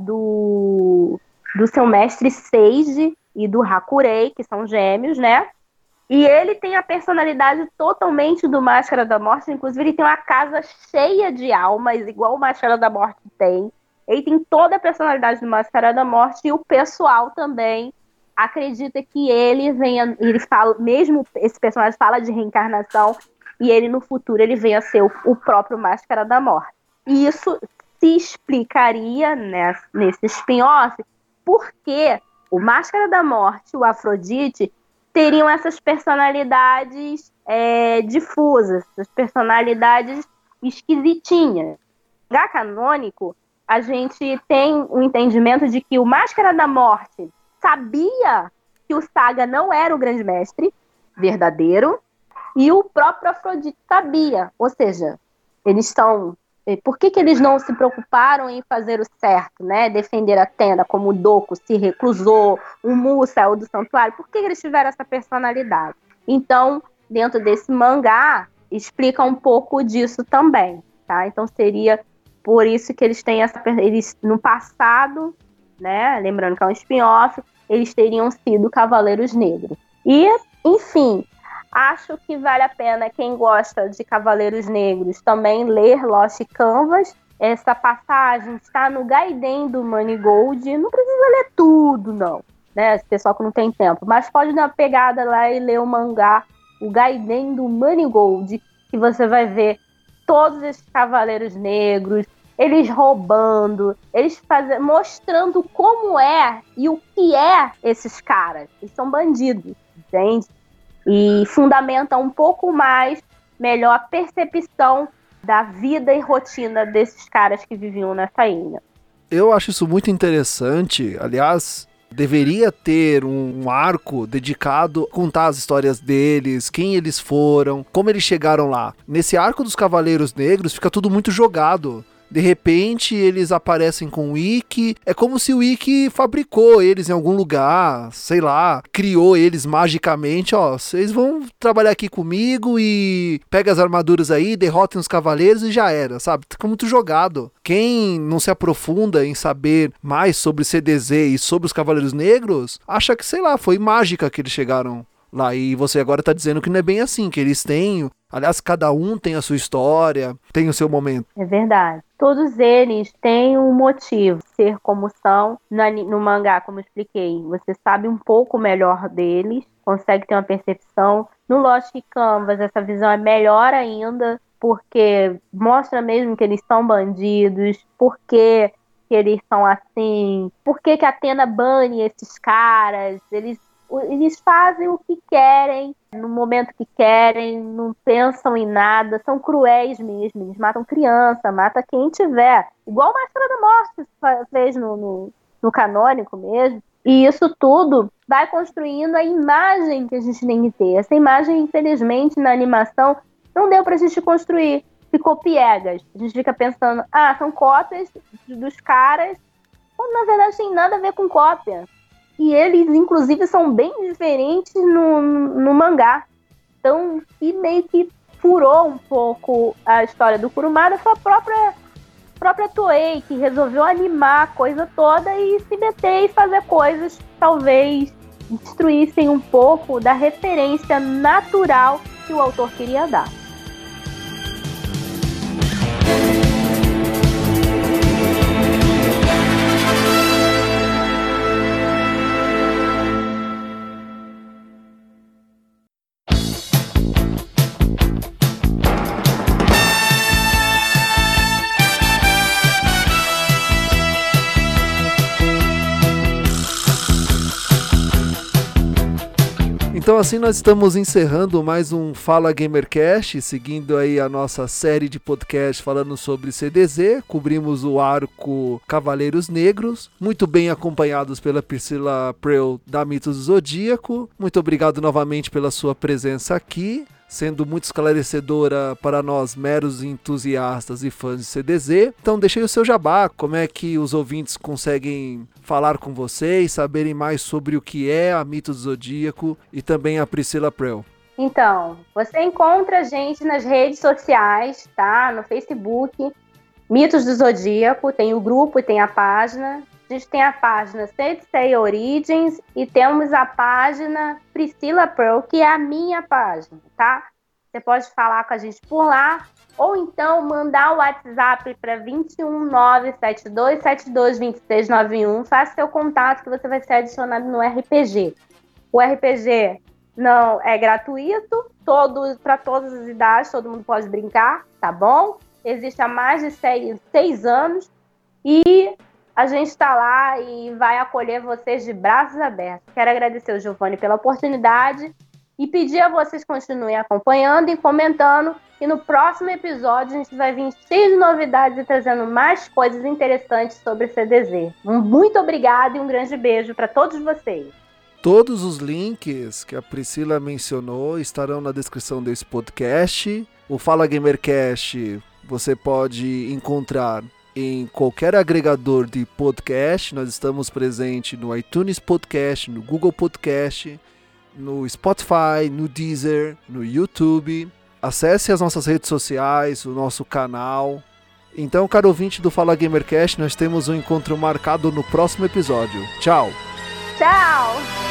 do, do seu mestre Seiji e do Hakurei, que são gêmeos, né? E ele tem a personalidade totalmente do Máscara da Morte. Inclusive, ele tem uma casa cheia de almas, igual o Máscara da Morte tem. Ele tem toda a personalidade do Máscara da Morte. E o pessoal também acredita que ele venha... Ele fala, mesmo esse personagem fala de reencarnação, e ele, no futuro, ele venha a ser o, o próprio Máscara da Morte. E isso se explicaria, né, nesse spin-off, porque o Máscara da Morte, o Afrodite, teriam essas personalidades é, difusas, essas personalidades esquisitinhas. Já canônico, a gente tem o entendimento de que o Máscara da Morte sabia que o Saga não era o grande mestre verdadeiro, e o próprio Afrodite sabia. Ou seja, eles estão... Por que que eles não se preocuparam em fazer o certo, né? Defender a tenda, como o Doku se recusou, o Mu saiu do santuário? Por que que eles tiveram essa personalidade? Então, dentro desse mangá, explica um pouco disso também, tá? Então seria por isso que eles têm essa... Eles, no passado, né? Lembrando que é um spin-off, eles teriam sido Cavaleiros Negros. E, enfim... Acho que vale a pena quem gosta de Cavaleiros Negros também ler Lost Canvas. Essa passagem está no Gaiden do Manigold. Não precisa ler tudo, não, né? Esse pessoal que não tem tempo. Mas pode dar uma pegada lá e ler o mangá, o Gaiden do Manigold, que você vai ver todos esses Cavaleiros Negros, eles roubando, eles fazendo, mostrando como é e o que é esses caras. Eles são bandidos, entende? E fundamenta um pouco mais, melhor, a percepção da vida e rotina desses caras que viviam nessa ilha. Eu acho isso muito interessante. Aliás, deveria ter um, um arco dedicado a contar as histórias deles, quem eles foram, como eles chegaram lá. Nesse arco dos Cavaleiros Negros fica tudo muito jogado. De repente eles aparecem com o Ikki, é como se o Ikki fabricou eles em algum lugar, sei lá, criou eles magicamente, ó, vocês vão trabalhar aqui comigo e pega as armaduras aí, derrotem os cavaleiros e já era, sabe? Fica muito jogado. Quem não se aprofunda em saber mais sobre C D Z e sobre os Cavaleiros Negros, acha que, sei lá, foi mágica que eles chegaram lá, e você agora tá dizendo que não é bem assim, que eles têm, aliás, cada um tem a sua história, tem o seu momento. É verdade. Todos eles têm um motivo, ser como são. No, no mangá, como eu expliquei, você sabe um pouco melhor deles, consegue ter uma percepção. No Lost Canvas, essa visão é melhor ainda, porque mostra mesmo que eles são bandidos, porque que eles são assim, por que que a Athena bane esses caras, eles Eles fazem o que querem, no momento que querem, não pensam em nada, são cruéis mesmo, eles matam criança, matam quem tiver. Igual o Máscara da Morte fez no, no, no canônico mesmo. E isso tudo vai construindo a imagem que a gente tem que ter. Essa imagem, infelizmente, na animação, não deu pra gente construir. Ficou piegas. A gente fica pensando, ah, são cópias dos caras, quando na verdade tem nada a ver com cópia. E eles, inclusive, são bem diferentes no, no mangá. Então, e meio que furou um pouco a história do Kurumada foi a própria, própria Toei, que resolveu animar a coisa toda e se meter e fazer coisas que talvez destruíssem um pouco da referência natural que o autor queria dar. Então assim nós estamos encerrando mais um Fala Gamercast, seguindo aí a nossa série de podcast falando sobre C D Z, cobrimos o arco Cavaleiros Negros, muito bem acompanhados pela Priscila Prel da Mitos do Zodíaco. Muito obrigado novamente pela sua presença aqui. sendo muito esclarecedora para nós meros entusiastas e fãs de C D Z. Então deixei o seu jabá, como é que os ouvintes conseguem falar com vocês, saberem mais sobre o que é a Mitos do Zodíaco e também a Priscila Prehl. Então, você encontra a gente nas redes sociais, tá? No Facebook, Mitos do Zodíaco, tem o grupo e tem a página. A gente tem a página Sensei Origins e temos a página Priscila Prehl, que é a minha página, tá? Você pode falar com a gente por lá, ou então mandar o WhatsApp para dois um nove, sete dois sete dois, dois seis nove um. Faça seu contato que você vai ser adicionado no R P G. O R P G não é gratuito, todo, para todas as idades, todo mundo pode brincar, tá bom? Existe há mais de seis, seis anos e a gente está lá e vai acolher vocês de braços abertos. Quero agradecer ao Giovanni pela oportunidade e pedir a vocês que continuem acompanhando e comentando. E no próximo episódio a gente vai vir cheio de novidades e trazendo mais coisas interessantes sobre C D Z. Um muito obrigado e um grande beijo para todos vocês. Todos os links que a Priscila mencionou estarão na descrição desse podcast. O Fala Gamercast você pode encontrar em qualquer agregador de podcast. Nós estamos presentes no iTunes Podcast, no Google Podcast, no Spotify, no Deezer, no YouTube. Acesse as nossas redes sociais, o nosso canal. Então, caro ouvinte do Fala Gamercast, nós temos um encontro marcado no próximo episódio. Tchau! Tchau!